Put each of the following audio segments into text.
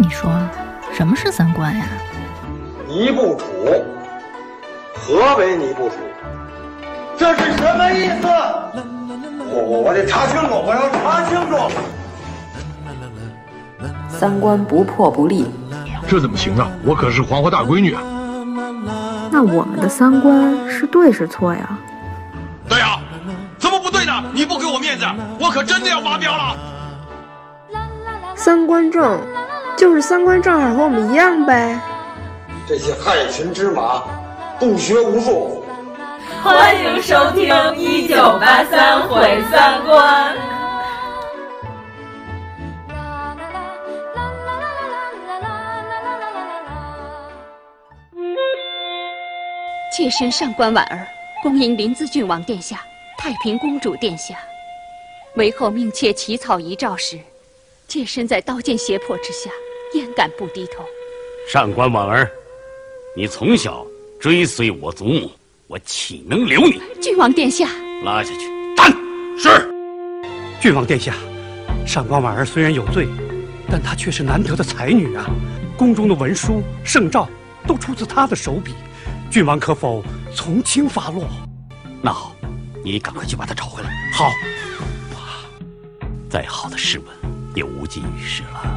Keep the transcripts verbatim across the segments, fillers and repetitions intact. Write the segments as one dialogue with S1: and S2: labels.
S1: 你说什么是三观呀？
S2: 尼不楚，何为尼不楚？这是什么意思？我我我得查清楚，我要查清楚。
S3: 三观不破不立，
S4: 这怎么行啊？我可是黄花大闺女啊！
S5: 那我们的三观是对是错呀？
S6: 对呀、啊，怎么不对呢？你不给我面子，我可真的要发飙了。
S5: 三观正，就是三观正好和我们一样呗。
S2: 这些害群之马，不学无术。
S7: 欢迎收听《一九八三毁三观》。
S8: 妾身上官婉儿，恭迎临淄郡王殿下、太平公主殿下。韦后命妾起草遗诏时，妾身在刀剑胁迫之下，焉敢不低头？
S9: 上官婉儿，你从小追随我祖母，我岂能留你？
S8: 郡王殿下，
S9: 拉下去斩！是。
S10: 郡王殿下，上官婉儿虽然有罪，但她却是难得的才女啊！宫中的文书、圣诏都出自她的手笔。郡王可否从轻发落？
S9: 那好，你赶快去把他找回来。
S10: 好。
S9: 再好的诗文也无济于事了。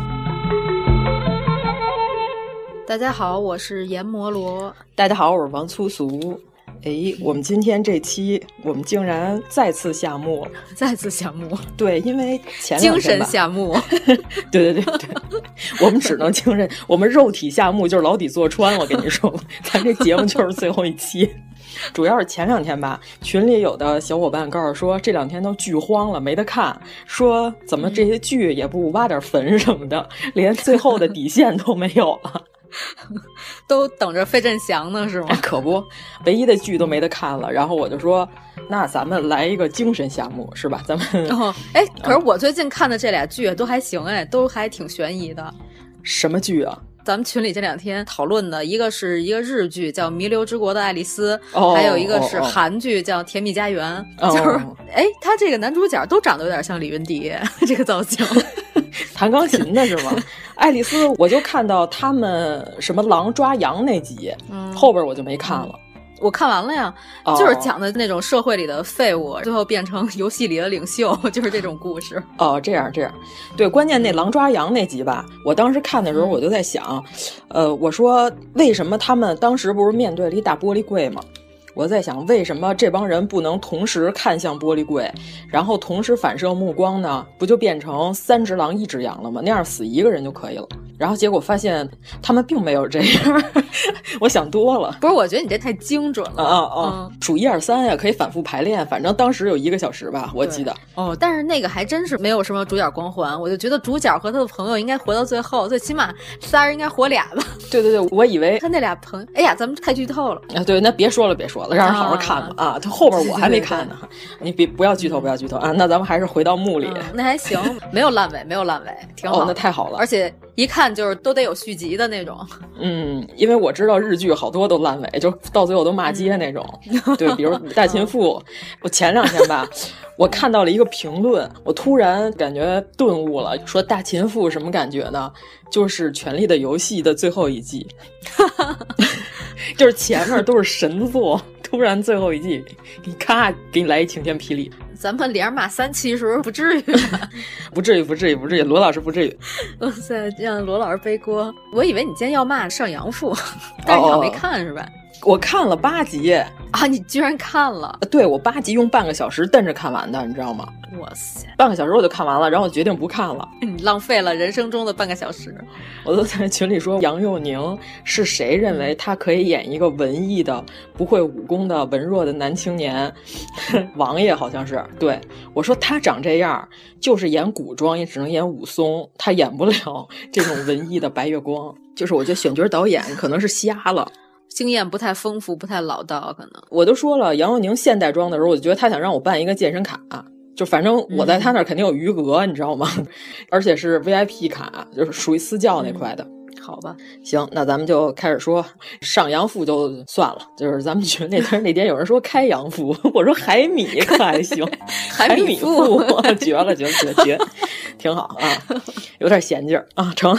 S11: 大家好，我是阎摩罗。
S3: 大家好，我是王粗俗。哎，我们今天这期我们竟然再次下幕了，
S11: 再次下幕。
S3: 对，因为前两天吧
S11: 精神下幕。
S3: 对对对对，我们只能精神，我们肉体下幕就是牢底坐穿。我跟你说，咱这节目就是最后一期。主要是前两天吧，群里有的小伙伴告诉说，这两天都剧荒了，没得看。说怎么这些剧也不挖点坟什么的，连最后的底线都没有了。
S11: 都等着费振翔呢是吗？
S3: 哎，可不，唯一的剧都没得看了。然后我就说，那咱们来一个精神项目是吧？咱们
S11: 哦，哎，可是我最近看的这俩剧都还行哎，都还挺悬疑的。
S3: 什么剧啊？
S11: 咱们群里这两天讨论的一个是一个日剧叫《弥留之国的爱丽丝》，
S3: 哦，
S11: 还有一个是韩剧叫《甜蜜家园》，
S3: 哦，
S11: 就是哎，他这个男主角都长得有点像李云迪，这个造型。
S3: 弹钢琴的是吗？爱丽丝，我就看到他们什么狼抓羊那集，嗯，后边我就没看了。
S11: 我看完了呀，
S3: 哦，
S11: 就是讲的那种社会里的废物，最后变成游戏里的领袖，就是这种故事。
S3: 哦，这样这样，对，关键那狼抓羊那集吧，我当时看的时候我就在想，嗯、呃，我说为什么他们当时不是面对了一大玻璃柜吗？我在想，为什么这帮人不能同时看向玻璃柜，然后同时反射目光呢？不就变成三只狼一只羊了吗？那样死一个人就可以了。然后结果发现他们并没有这样，我想多了。
S11: 不是，我觉得你这太精准了。
S3: 啊啊啊！数一二三呀，可以反复排练，反正当时有一个小时吧，我记得。
S11: 哦，但是那个还真是没有什么主角光环，我就觉得主角和他的朋友应该活到最后，最起码仨人应该活俩吧。
S3: 对对对，我以为
S11: 他那俩朋友，哎呀，咱们太剧透了
S3: 啊！对，那别说了，别说了，让人好好看吧啊！他后边我还没看呢，你别不要剧透，不要剧透啊！那咱们还是回到幕里。
S11: 嗯、那还行，没有烂尾，没有烂尾，挺好。
S3: 哦，那太好了，
S11: 而且一看就是都得有续集的那种。
S3: 嗯，因为我知道日剧好多都烂尾，就到最后都骂街那种。嗯、对，比如《大秦赋》，我前两天吧，我看到了一个评论，我突然感觉顿悟了，说《大秦赋》什么感觉呢？就是《权力的游戏》的最后一季，就是前面都是神作，突然最后一季，你咔给你来一晴天霹雳。
S11: 咱们连骂三期时候不至于吧？
S3: 不至于，不至于，不至于，罗老师不至于。
S11: 哇塞，让罗老师背锅。我以为你今天要骂上阳赋，但是你好像没看是吧？
S3: 我看了八集
S11: 啊！你居然看了？
S3: 对，我八集用半个小时瞪着看完的，你知道吗？
S11: 哇塞，
S3: 半个小时我就看完了，然后我决定不看了。
S11: 你浪费了人生中的半个小时。
S3: 我都在群里说，杨佑宁是谁认为他可以演一个文艺的、不会武功的文弱的男青年？王爷好像是。对，我说他长这样，就是演古装也只能演武松，他演不了这种文艺的白月光。就是我觉得选角导演可能是瞎了。
S11: 经验不太丰富，不太老道，可能
S3: 我都说了，杨佑宁现代装的时候，我就觉得他想让我办一个健身卡，就反正我在他那儿肯定有余额，嗯、你知道吗？而且是 V I P 卡，就是属于私教那块的。
S11: 嗯好吧，
S3: 行，那咱们就开始说上阳赋就算了，就是咱们群那天那天有人说开阳赋，我说海米可还行，海米赋绝了，绝了，绝了，绝，挺好啊，有点闲劲儿啊，成。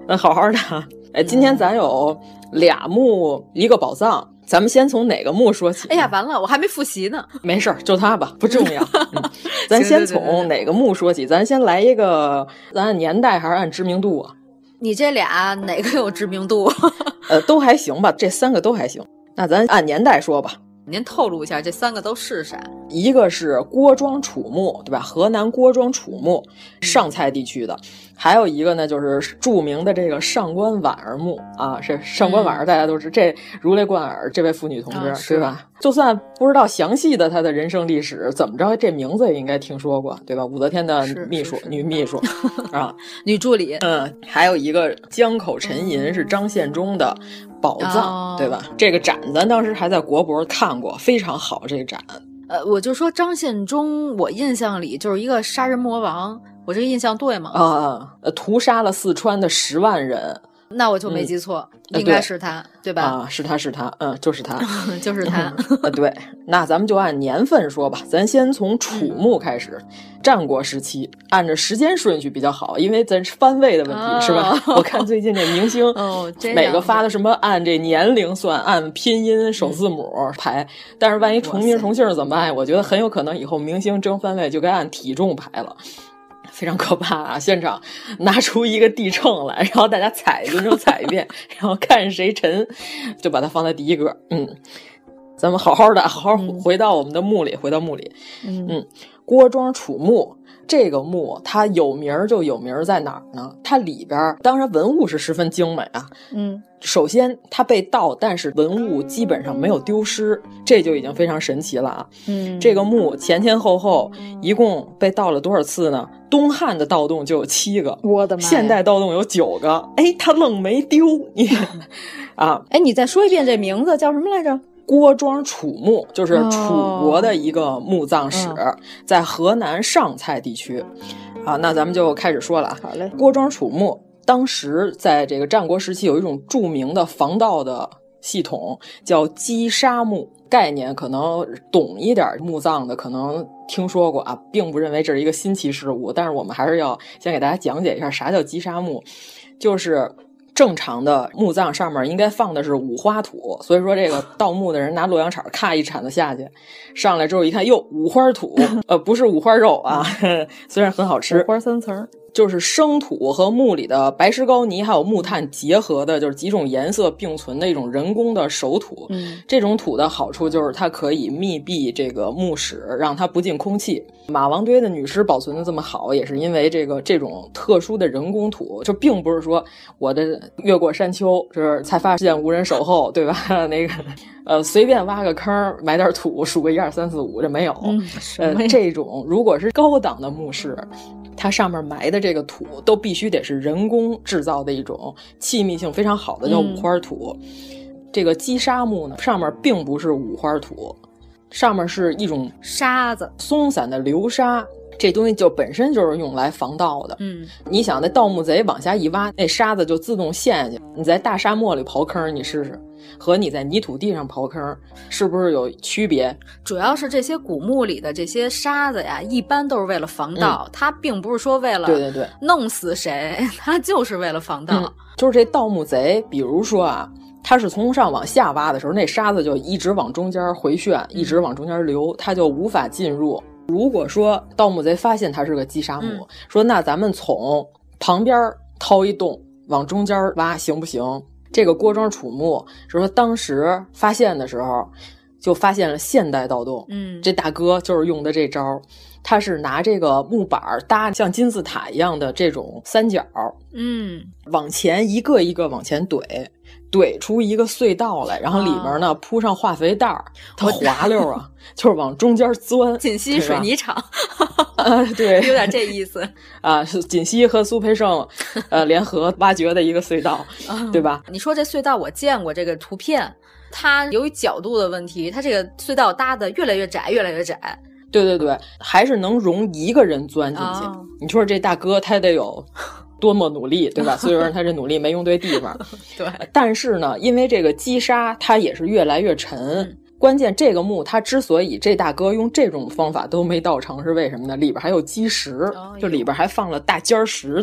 S3: 那好好的。哎，今天咱有俩墓一个宝藏，咱们先从哪个墓说起？
S11: 哎呀，完了，我还没复习呢。
S3: 没事儿，就它吧，不重要。嗯、咱先从哪个墓说起？咱先来一个，咱按年代还是按知名度啊？
S11: 你这俩哪个有知名度？
S3: 呃，都还行吧，这三个都还行。那咱按年代说吧。
S11: 您透露一下这三个都是啥？
S3: 一个是郭庄楚墓，对吧？河南郭庄楚墓，上蔡地区的。还有一个呢，就是著名的这个上官婉儿墓啊，是上官婉儿，大家都知、嗯、这如雷贯耳，这位妇女同志，啊、对吧？就算不知道详细的她的人生历史，怎么着这名字也应该听说过，对吧？武则天的秘书，女秘书啊，
S11: 女助理。
S3: 嗯，还有一个江口沉吟是张献忠的宝藏，哦、对吧？这个展咱当时还在国博看过，非常好，这个展。
S11: 呃，我就说张献忠，我印象里就是一个杀人魔王，我这个印象对吗？
S3: 啊，呃，屠杀了四川的十万人，
S11: 那我就没记错，嗯、应该是他，对, 对吧？
S3: 啊，是他是他，嗯，就是他，
S11: 就是他。
S3: 呃，对，那咱们就按年份说吧，咱先从楚墓开始，嗯、战国时期，按照时间顺序比较好，因为咱番位的问题、哦、是吧？我看最近这明星，
S11: 哦，
S3: 每个发的什么按这年龄算，按拼音首字母排，嗯、但是万一重名重姓怎么办？我觉得很有可能以后明星争番位就该按体重排了。非常可怕啊！现场拿出一个地秤来，然后大家踩轮流踩一遍，然后看谁沉，就把它放在第一个。嗯，咱们好好的，好好回到我们的墓里，嗯、回到墓里。
S11: 嗯
S3: 嗯，郭庄楚墓这个墓，它有名就有名在哪儿呢？它里边当然文物是十分精美啊。
S11: 嗯。
S3: 首先它被盗，但是文物基本上没有丢失，这就已经非常神奇了啊。
S11: 嗯，
S3: 这个墓前前后后一共被盗了多少次呢？东汉的盗洞就有七个，
S11: 我的妈！
S3: 现代盗洞有九个，哎，他愣没丢你啊！
S11: 哎，你再说一遍这名字叫什么来着？
S3: 郭庄楚墓，就是楚国的一个墓葬史，哦、在河南上蔡地区。啊，那咱们就开始说了。
S11: 好嘞，
S3: 郭庄楚墓。当时在这个战国时期有一种著名的防盗的系统叫击杀墓，概念可能懂一点墓葬的可能听说过啊，并不认为这是一个新奇事物，但是我们还是要先给大家讲解一下啥叫击杀墓。就是正常的墓葬上面应该放的是五花土，所以说这个盗墓的人拿洛阳铲咔一铲子下去，上来之后一看，哟，五花土，呃，不是五花肉啊，虽然很好吃，
S11: 五花三层。
S3: 就是生土和墓里的白石膏泥还有木炭结合的，就是几种颜色并存的一种人工的熟土。
S11: 嗯，
S3: 这种土的好处就是它可以密闭这个墓室，让它不进空气。马王堆的女尸保存的这么好，也是因为这个这种特殊的人工土，就并不是说我的越过山丘，就是才发现无人守候，对吧？那个呃，随便挖个坑埋点土，数个一二三四五，这没有。
S11: 嗯，
S3: 呃，这种如果是高档的墓室，它上面埋的这个土都必须得是人工制造的一种气密性非常好的，叫五花土。嗯、这个击杀墓呢，上面并不是五花土，上面是一种
S11: 沙子，
S3: 松散的流沙。这东西就本身就是用来防盗的。
S11: 嗯，
S3: 你想那盗墓贼往下一挖，那沙子就自动陷下去。你在大沙漠里刨坑，你试试，和你在泥土地上刨坑是不是有区别？
S11: 主要是这些古墓里的这些沙子呀，一般都是为了防盗，嗯、它并不是说为了
S3: 对对对
S11: 弄死谁，它就是为了防盗。
S3: 嗯、就是这盗墓贼，比如说啊，他是从上往下挖的时候，那沙子就一直往中间回旋，嗯、一直往中间流，它就无法进入。如果说盗墓贼发现它是个击杀墓，嗯、说那咱们从旁边掏一洞往中间挖行不行？这个郭庄楚墓是说当时发现的时候就发现了现代盗洞。
S11: 嗯，
S3: 这大哥就是用的这招，他是拿这个木板搭像金字塔一样的这种三角，
S11: 嗯，
S3: 往前一个一个往前怼。怼出一个隧道来，然后里面呢、哦、铺上化肥袋儿，它滑溜啊，就是往中间钻。
S11: 锦溪水泥厂，
S3: 啊，对，
S11: 有点这意思
S3: 啊。锦溪和苏培盛呃联合挖掘的一个隧道，对吧？
S11: 你说这隧道我见过这个图片，它由于角度的问题，它这个隧道搭的越来越窄，越来越窄。
S3: 对对对，还是能容一个人钻进去。哦、你说这大哥他得有多么努力，对吧？所以说他这努力没用对地方。
S11: 对，
S3: 但是呢，因为这个击杀它也是越来越沉。嗯、关键这个墓它之所以这大哥用这种方法都没盗成，是为什么呢？里边还有基石，哦、就里边还放了大尖石头。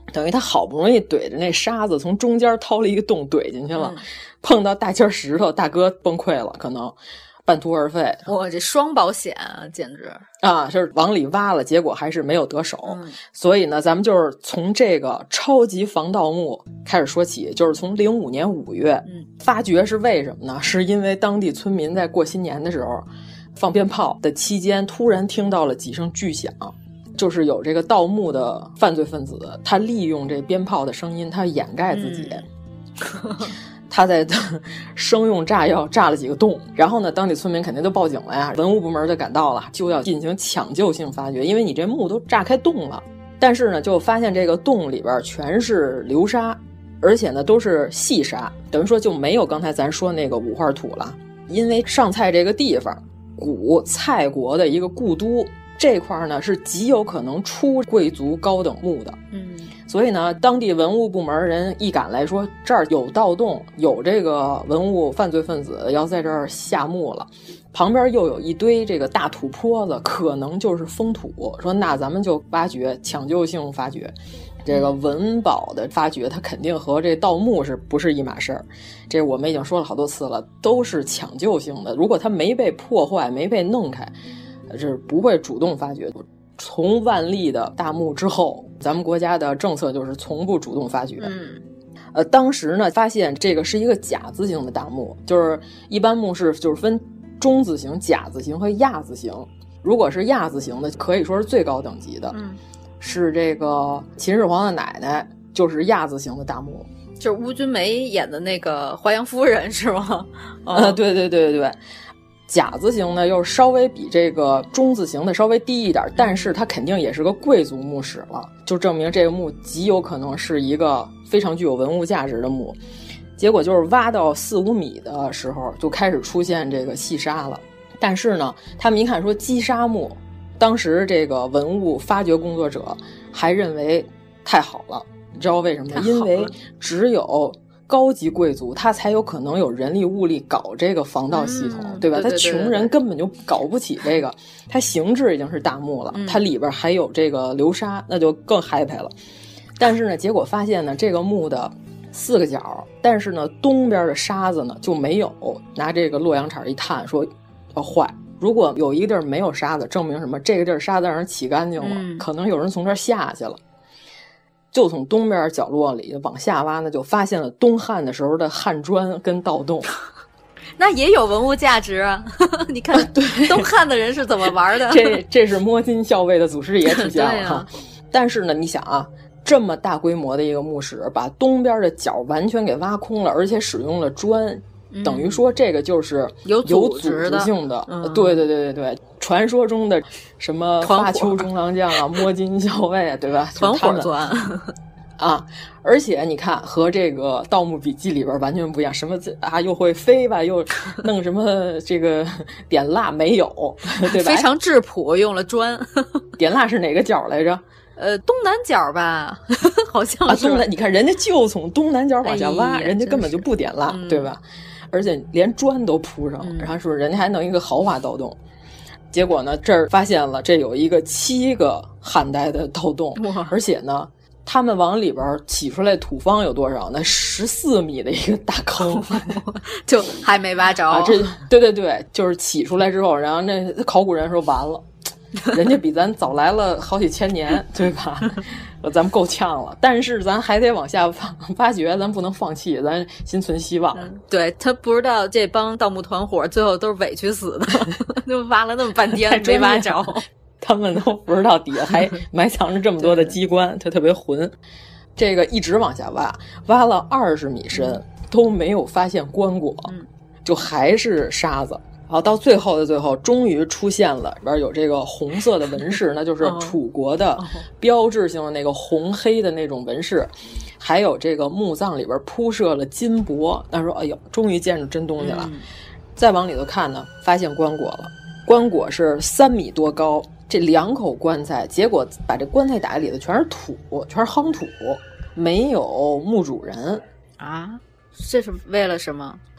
S3: 等于他好不容易怼着那沙子从中间掏了一个洞怼进去了，嗯、碰到大尖石头，大哥崩溃了，可能半途而废。
S11: 哇，这双保险啊，简直
S3: 啊！是往里挖了，结果还是没有得手。嗯、所以呢，咱们就是从这个超级防盗墓开始说起，就是从零五年五月、嗯、发掘是为什么呢？是因为当地村民在过新年的时候放鞭炮的期间，突然听到了几声巨响。就是有这个盗墓的犯罪分子，他利用这鞭炮的声音，他掩盖自己。嗯、他在生用炸药炸了几个洞，然后呢，当地村民肯定就报警了呀，文物部门就赶到了，就要进行抢救性发掘，因为你这墓都炸开洞了。但是呢，就发现这个洞里边全是流沙，而且呢都是细沙，等于说就没有刚才咱说那个五花土了。因为上蔡这个地方，古蔡国的一个故都。这块呢是极有可能出贵族高等墓的，嗯，所以呢，当地文物部门人一赶来说这儿有盗洞，有这个文物犯罪分子要在这儿下墓了，旁边又有一堆这个大土坡子，可能就是封土，说那咱们就挖掘，抢救性发掘。这个文保的发掘，它肯定和这盗墓是不是一码事儿？这我们已经说了好多次了，都是抢救性的。如果它没被破坏，没被弄开。是不会主动发掘。从万历的大墓之后，咱们国家的政策就是从不主动发掘。嗯，呃，当时呢，发现这个是一个甲字形的大墓，就是一般墓室就是分中字形、甲字形和亚字形。如果是亚字形的，可以说是最高等级的，嗯，是这个秦始皇的奶奶，就是亚字形的大墓，
S11: 就是邬君梅演的那个华阳夫人是吗？
S3: 啊、呃，对对对对对。甲字形呢，又稍微比这个中字形的稍微低一点，但是它肯定也是个贵族墓室了，就证明这个墓极有可能是一个非常具有文物价值的墓。结果就是挖到四五米的时候，就开始出现这个细沙了。但是呢，他们一看说积沙墓，当时这个文物发掘工作者还认为太好了，你知道为什么？因为只有高级贵族他才有可能有人力物力搞这个防盗系统，
S11: 嗯、
S3: 对吧？
S11: 对对对对对，
S3: 他穷人根本就搞不起这个，他形制已经是大墓了，嗯、它里边还有这个流沙，那就更 happy 了。但是呢，结果发现呢，这个墓的四个角，但是呢，东边的沙子呢就没有。拿这个洛阳铲一探，说要坏。如果有一个地儿没有沙子，证明什么？这个地儿沙子让人起干净了，嗯、可能有人从这儿下去了。就从东边角落里往下挖呢，就发现了东汉的时候的汉砖跟盗洞，
S11: 那也有文物价值啊！你看，对东汉的人是怎么玩的？
S3: 这这是摸金校尉的祖师爷体现了哈。啊、但是呢，你想啊，这么大规模的一个墓室，把东边的角完全给挖空了，而且使用了砖。嗯、等于说这个就是
S11: 有
S3: 组织性的，
S11: 嗯、
S3: 对对对对对，传说中的什么发丘中郎将啊、摸金校尉啊，对吧？
S11: 团伙作案
S3: 啊！而且你看，和这个《盗墓笔记》里边完全不一样，什么啊又会飞吧，又弄什么这个点蜡没有，对吧？
S11: 非常质朴，用了砖。
S3: 点蜡是哪个角来着？
S11: 呃，东南角吧，好像是。
S3: 啊，东南，你看人家就从东南角往下挖，
S11: 哎、
S3: 人家根本就不点蜡，
S11: 嗯、
S3: 对吧？而且连砖都铺上，
S11: 嗯、
S3: 然后说人家还弄一个豪华盗洞。结果呢，这儿发现了这有一个七个汉代的盗洞，而且呢，他们往里边起出来土方有多少呢？十四米的一个大坑，
S11: 就还没挖着。
S3: 啊，这对对对，就是起出来之后，然后那考古人说完了。人家比咱早来了好几千年，对吧？咱们够呛了，但是咱还得往下发掘，咱不能放弃，咱心存希望。
S11: 嗯、对他不知道这帮盗墓团伙最后都是委屈死的，就挖了那么半天没挖着，
S3: 他们都不知道底下还埋藏着这么多的机关，他特别混。这个一直往下挖，挖了二十米深、嗯、都没有发现棺椁，嗯、就还是沙子。然后到最后的最后，终于出现了里边有这个红色的纹饰，那就是楚国的标志性的那个红黑的那种纹饰，还有这个墓葬里边铺设了金箔。那说，哎呦，终于见着真东西了。嗯、再往里头看呢，发现棺椁了，棺椁是三米多高，这两口棺材，结果把这棺材打开里头全是土，全是夯土，没有墓主人
S11: 啊。这是为了什么？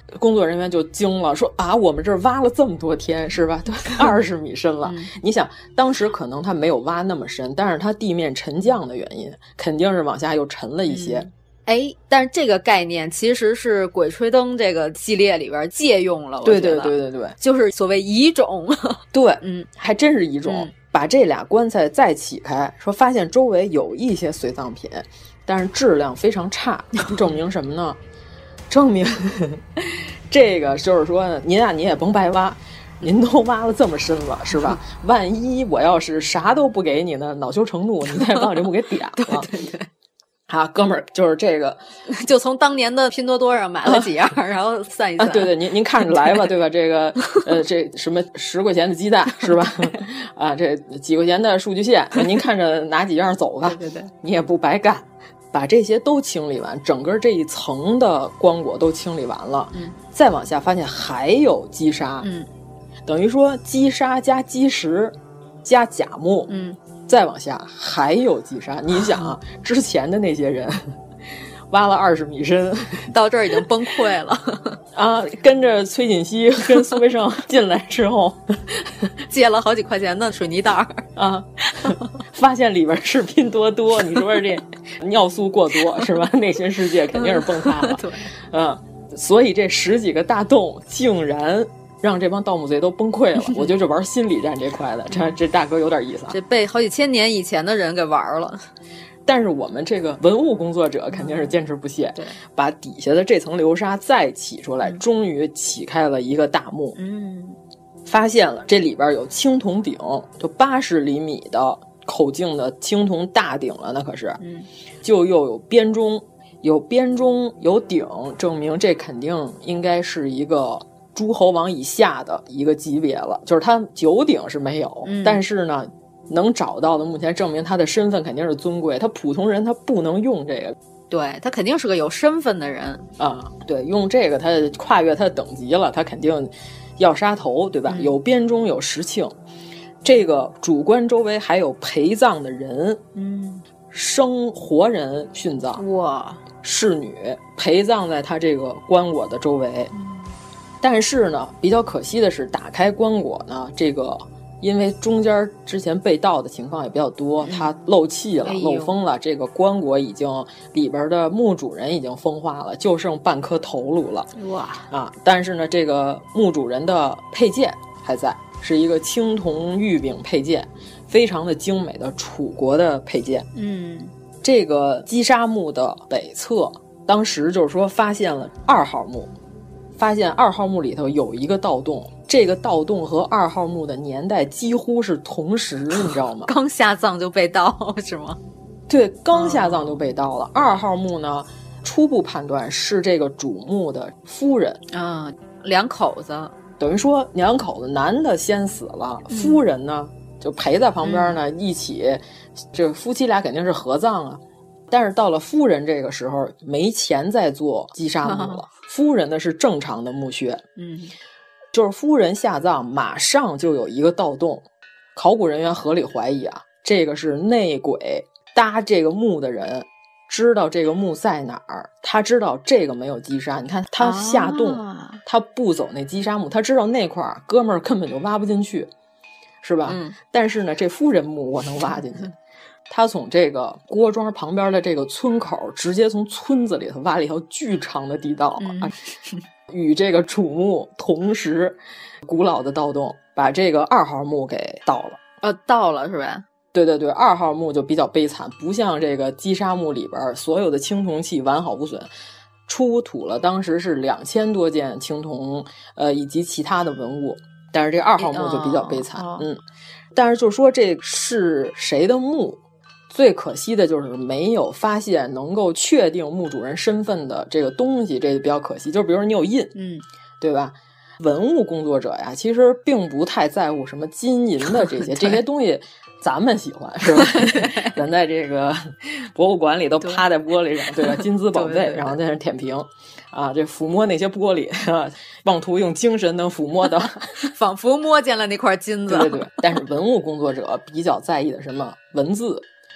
S3: 工作人员就惊了，说啊，我们这儿挖了这么多天，是吧？对，二十米深了。嗯、你想，当时可能它没有挖那么深，但是它地面沉降的原因，肯定是往下又沉了一些。
S11: 嗯哎，但是这个概念其实是《鬼吹灯》这个系列里边借用了，
S3: 对对对对对，
S11: 就是所谓遗种。
S3: 对，嗯，还真是遗种。嗯、把这俩棺材再起开，说发现周围有一些随葬品，但是质量非常差，证明什么呢？证明这个就是说，您啊，您也甭白挖。您都挖了这么深了，是吧？万一我要是啥都不给你呢，恼羞成怒，你再把我这墓给点了。
S11: 对对对。
S3: 啊，哥们儿，就是这个，
S11: 就从当年的拼多多上买了几样，啊、然后算一算。
S3: 啊、对对，您您看着来吧，对吧？这个呃，这什么十块钱的鸡蛋是吧？啊，这几块钱的数据线，您看着拿几样走吧。
S11: 对对对，
S3: 你也不白干，把这些都清理完，整个这一层的棺椁都清理完了，嗯，再往下发现还有积沙，
S11: 嗯，
S3: 等于说积沙加基石加甲木，
S11: 嗯。
S3: 再往下还有积沙，你想啊，之前的那些人挖了二十米深，
S11: 到这儿已经崩溃了
S3: 啊！跟着崔锦熙跟苏培盛进来之后，
S11: 借了好几块钱的水泥袋
S3: 啊，发现里边是拼多多，你说这尿素过多是吧？内心世界肯定是崩塌了，
S11: 对，
S3: 嗯，所以这十几个大洞竟然。让这帮盗墓贼都崩溃了，我觉得这玩心理战这块的，这这大哥有点意思啊！
S11: 这被好几千年以前的人给玩了。
S3: 但是我们这个文物工作者肯定是坚持不懈，嗯、把底下的这层流沙再起出来，嗯、终于起开了一个大墓。
S11: 嗯，
S3: 发现了这里边有青铜鼎，就八十厘米的口径的青铜大鼎了，那可是。
S11: 嗯，
S3: 就又有编钟，有编钟有鼎，证明这肯定应该是一个。诸侯王以下的一个级别了，就是他九鼎是没有，
S11: 嗯、
S3: 但是呢，能找到的目前证明他的身份肯定是尊贵，他普通人他不能用这个，
S11: 对他肯定是个有身份的人
S3: 啊，对，用这个他跨越他的等级了，他肯定要杀头，对吧？
S11: 嗯、
S3: 有编钟有石磬，这个主棺周围还有陪葬的人，
S11: 嗯，
S3: 生活人殉葬，
S11: 哇，
S3: 侍女陪葬在他这个棺椁的周围。
S11: 嗯，
S3: 但是呢，比较可惜的是，打开棺椁呢，这个因为中间之前被盗的情况也比较多，嗯、它漏气了、哎、漏风了，这个棺椁已经里边的墓主人已经风化了，就剩半颗头颅了。
S11: 哇
S3: 啊！但是呢，这个墓主人的佩剑还在，是一个青铜玉柄佩剑，非常的精美的楚国的佩剑。
S11: 嗯，
S3: 这个积沙墓的北侧，当时就是说发现了二号墓。发现二号墓里头有一个盗洞，这个盗洞和二号墓的年代几乎是同时，你知道吗？
S11: 刚下葬就被盗是吗？
S3: 对，刚下葬就被盗了。哦、二号墓呢，初步判断是这个主墓的夫人
S11: 啊、嗯，两口子，
S3: 等于说两口子，男的先死了，嗯、夫人呢就陪在旁边呢，嗯、一起，这夫妻俩肯定是合葬啊。但是到了夫人这个时候，没钱再做积沙墓了。夫人的是正常的墓穴，
S11: 嗯，
S3: 就是夫人下葬马上就有一个盗洞，考古人员合理怀疑啊，这个是内鬼搭这个墓的人知道这个墓在哪儿，他知道这个没有积沙，你看他下洞，啊、他不走那积沙墓，他知道那块儿哥们儿根本就挖不进去，是吧？
S11: 嗯，
S3: 但是呢，这夫人墓我能挖进去。他从这个郭庄旁边的这个村口，直接从村子里头挖了一条巨长的地道，
S11: 嗯、
S3: 啊，与这个主墓同时，古老的盗洞把这个二号墓给盗了。
S11: 呃，盗了是吧？
S3: 对对对，二号墓就比较悲惨，不像这个积沙墓里边所有的青铜器完好无损，出土了当时是两千多件青铜，呃，以及其他的文物。但是这二号墓就比较悲惨，
S11: 哦、
S3: 嗯，但是就说这是谁的墓？最可惜的就是没有发现能够确定墓主人身份的这个东西，这个比较可惜。就比如说你有印，
S11: 嗯，
S3: 对吧？文物工作者呀，其实并不太在乎什么金银的这些这些东西，咱们喜欢是吧？咱在这个博物馆里都趴在玻璃上，对吧？金字宝贝，
S11: 对对对，
S3: 然后在那舔屏啊，这抚摸那些玻璃，啊、妄图用精神能抚摸到，
S11: 仿佛摸见了那块金子。
S3: 对对对，但是文物工作者比较在意的什么文字。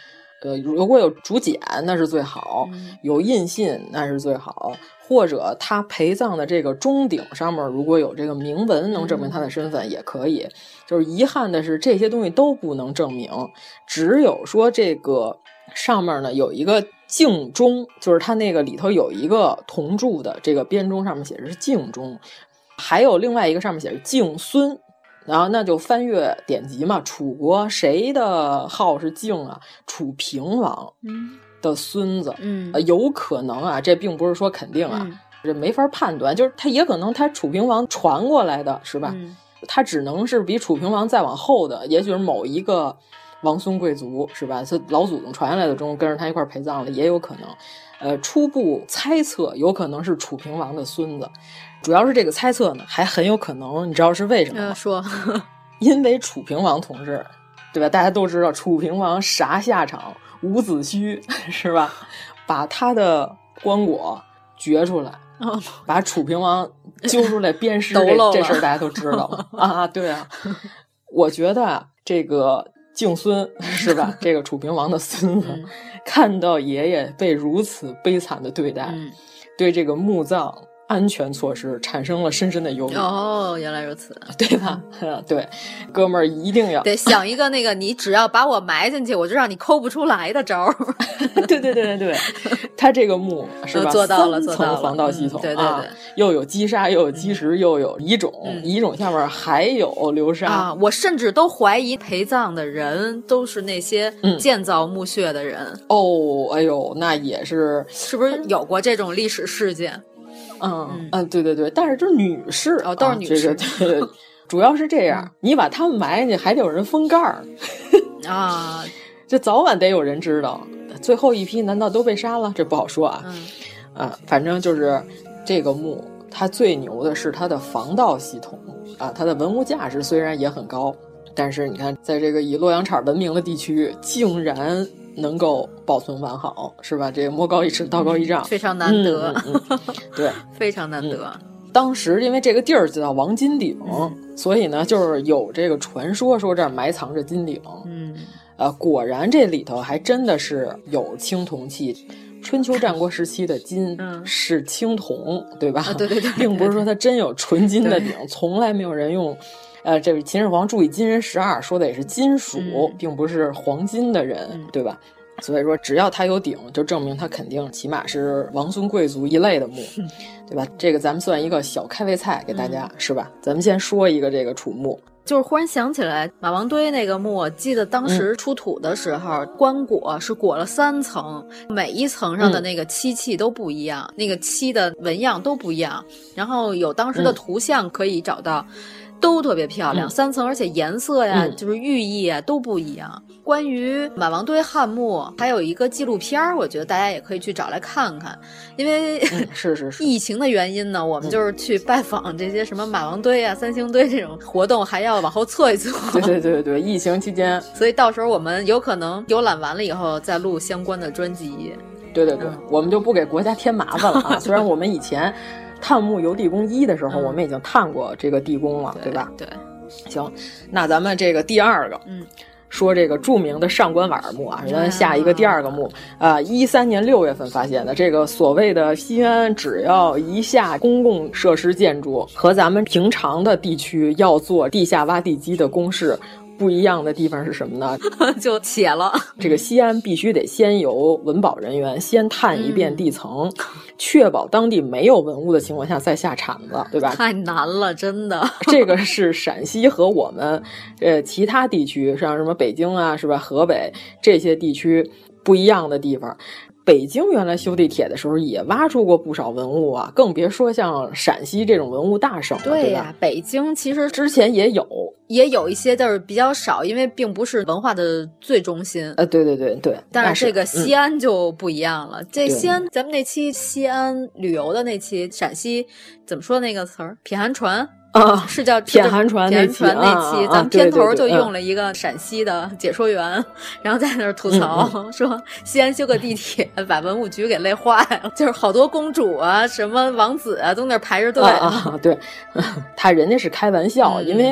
S3: 呃，如果有竹简那是最好，
S11: 嗯、
S3: 有印信那是最好，或者他陪葬的这个钟鼎上面如果有这个铭文能证明他的身份也可以。嗯、就是遗憾的是这些东西都不能证明，只有说这个上面呢有一个敬钟，就是它那个里头有一个铜铸的这个编钟，上面写的是敬钟，还有另外一个上面写着敬孙。然后那就翻阅典籍嘛，楚国谁的号是敬啊？楚平王的孙子，
S11: 嗯、
S3: 呃，有可能啊，这并不是说肯定啊，
S11: 嗯、
S3: 这没法判断，就是他也可能他楚平王传过来的是吧？
S11: 嗯、
S3: 他只能是比楚平王再往后的，也许是某一个王孙贵族是吧？他老祖宗传下来的钟跟着他一块陪葬的也有可能。呃，初步猜测有可能是楚平王的孙子。主要是这个猜测呢，还很有可能，你知道是为什么吗？
S11: 呃、说，
S3: 因为楚平王同志，对吧？大家都知道楚平王啥下场，伍子胥是吧？把他的棺椁掘出来，
S11: 哦、
S3: 把楚平王揪出来鞭尸，这这事儿大家都知道啊。对啊，我觉得啊，这个敬孙是吧？这个楚平王的孙子、
S11: 嗯、
S3: 看到爷爷被如此悲惨的对待，
S11: 嗯、
S3: 对这个墓葬安全措施产生了深深的忧虑。
S11: 哦，原来如此，
S3: 对吧？嗯、对，哥们儿一定要
S11: 得想一个那个，你只要把我埋进去，我就让你抠不出来的招儿。
S3: 对对对对对，他这个墓是吧？
S11: 做到了，做到了。
S3: 三层防盗系统，
S11: 嗯、对对对、
S3: 啊，又有击杀，又有击石，
S11: 嗯、
S3: 又有遗冢，
S11: 嗯、
S3: 遗冢下面还有流沙
S11: 啊！我甚至都怀疑陪葬的人都是那些建造墓穴的人。
S3: 嗯、哦，哎呦，那也是，
S11: 是不是有过这种历史事件？
S3: 嗯嗯, 嗯，对对对，但是就是女士
S11: 哦，都是女士，
S3: 啊、这个对，主要是这样，嗯、你把他们埋进去，还得有人封盖儿
S11: 啊，
S3: 这早晚得有人知道。最后一批难道都被杀了？这不好说啊。
S11: 嗯，
S3: 啊，反正就是这个墓，它最牛的是它的防盗系统啊，它的文物价值虽然也很高，但是你看，在这个以洛阳铲闻名的地区，竟然能够保存完好，是吧？这个魔高一尺，道高一丈，
S11: 非常难得。
S3: 嗯嗯嗯、对，
S11: 非常难得。
S3: 嗯、当时因为这个地儿就叫王金鼎，
S11: 嗯、
S3: 所以呢，就是有这个传说说这儿埋藏着金鼎。
S11: 嗯，
S3: 呃，果然这里头还真的是有青铜器。春秋战国时期的金是青铜，
S11: 嗯、
S3: 对吧？
S11: 啊、对对对，
S3: 并不是说它真有纯金的鼎，从来没有人用。呃，这个秦始皇注意金人十二说的也是金属，
S11: 嗯、
S3: 并不是黄金的人，
S11: 嗯、
S3: 对吧？所以说，只要他有鼎，就证明他肯定起码是王孙贵族一类的墓，
S11: 嗯、
S3: 对吧？这个咱们算一个小开胃菜给大家，嗯、是吧？咱们先说一个这个楚墓。
S11: 就是忽然想起来，马王堆那个墓，我记得当时出土的时候，嗯、棺椁是裹了三层，每一层上的那个漆器都不一样，嗯、那个漆的纹样都不一样，然后有当时的图像可以找到。嗯都特别漂亮，
S3: 嗯、
S11: 三层，而且颜色呀，
S3: 嗯、
S11: 就是寓意啊，都不一样。关于马王堆汉墓，还有一个纪录片，我觉得大家也可以去找来看看，因为、
S3: 嗯、是是是
S11: 疫情的原因呢，我们就是去拜访这些什么马王堆啊、三星堆这种活动，还要往后错一错。
S3: 对对对对，疫情期间，
S11: 所以到时候我们有可能游览完了以后再录相关的专辑。
S3: 对对对，嗯、我们就不给国家添麻烦了啊！虽然我们以前。探墓游地宫一的时候，
S11: 嗯、
S3: 我们已经探过这个地宫了，
S11: 对,
S3: 对吧？
S11: 对，
S3: 行，那咱们这个第二个，
S11: 嗯，
S3: 说这个著名的上官婉儿墓啊，咱下一个第二个墓啊，一三年六月份发现的这个所谓的西安，只要一下公共设施建筑和咱们平常的地区要做地下挖地基的公示。不一样的地方是什么呢？
S11: 就写了，
S3: 这个西安必须得先由文保人员先探一遍地层，嗯、确保当地没有文物的情况下再下铲子，对吧？
S11: 太难了，真的。
S3: 这个是陕西和我们呃其他地区，像什么北京啊，是吧？河北这些地区不一样的地方。北京原来修地铁的时候也挖出过不少文物啊，更别说像陕西这种文物大省了，
S11: 对
S3: 呀、啊，
S11: 北京其实
S3: 之前也有，
S11: 也有一些，但是比较少，因为并不是文化的最中心。
S3: 呃，对对对对。
S11: 但是这个西安就不一样了。
S3: 嗯、
S11: 这西安，咱们那期西安旅游的那期，陕西怎么说那个词儿？撇寒船。
S3: 啊，
S11: 是叫
S3: 撇寒船
S11: 那期，那期、啊、咱们片头就用了一个陕西的解说员，
S3: 嗯、
S11: 然后在那儿吐槽、嗯、说西安修个地铁把文物局给累坏了，就是好多公主啊、什么王子啊都那儿排着队
S3: 啊啊！对，他人家是开玩笑，
S11: 嗯、
S3: 因为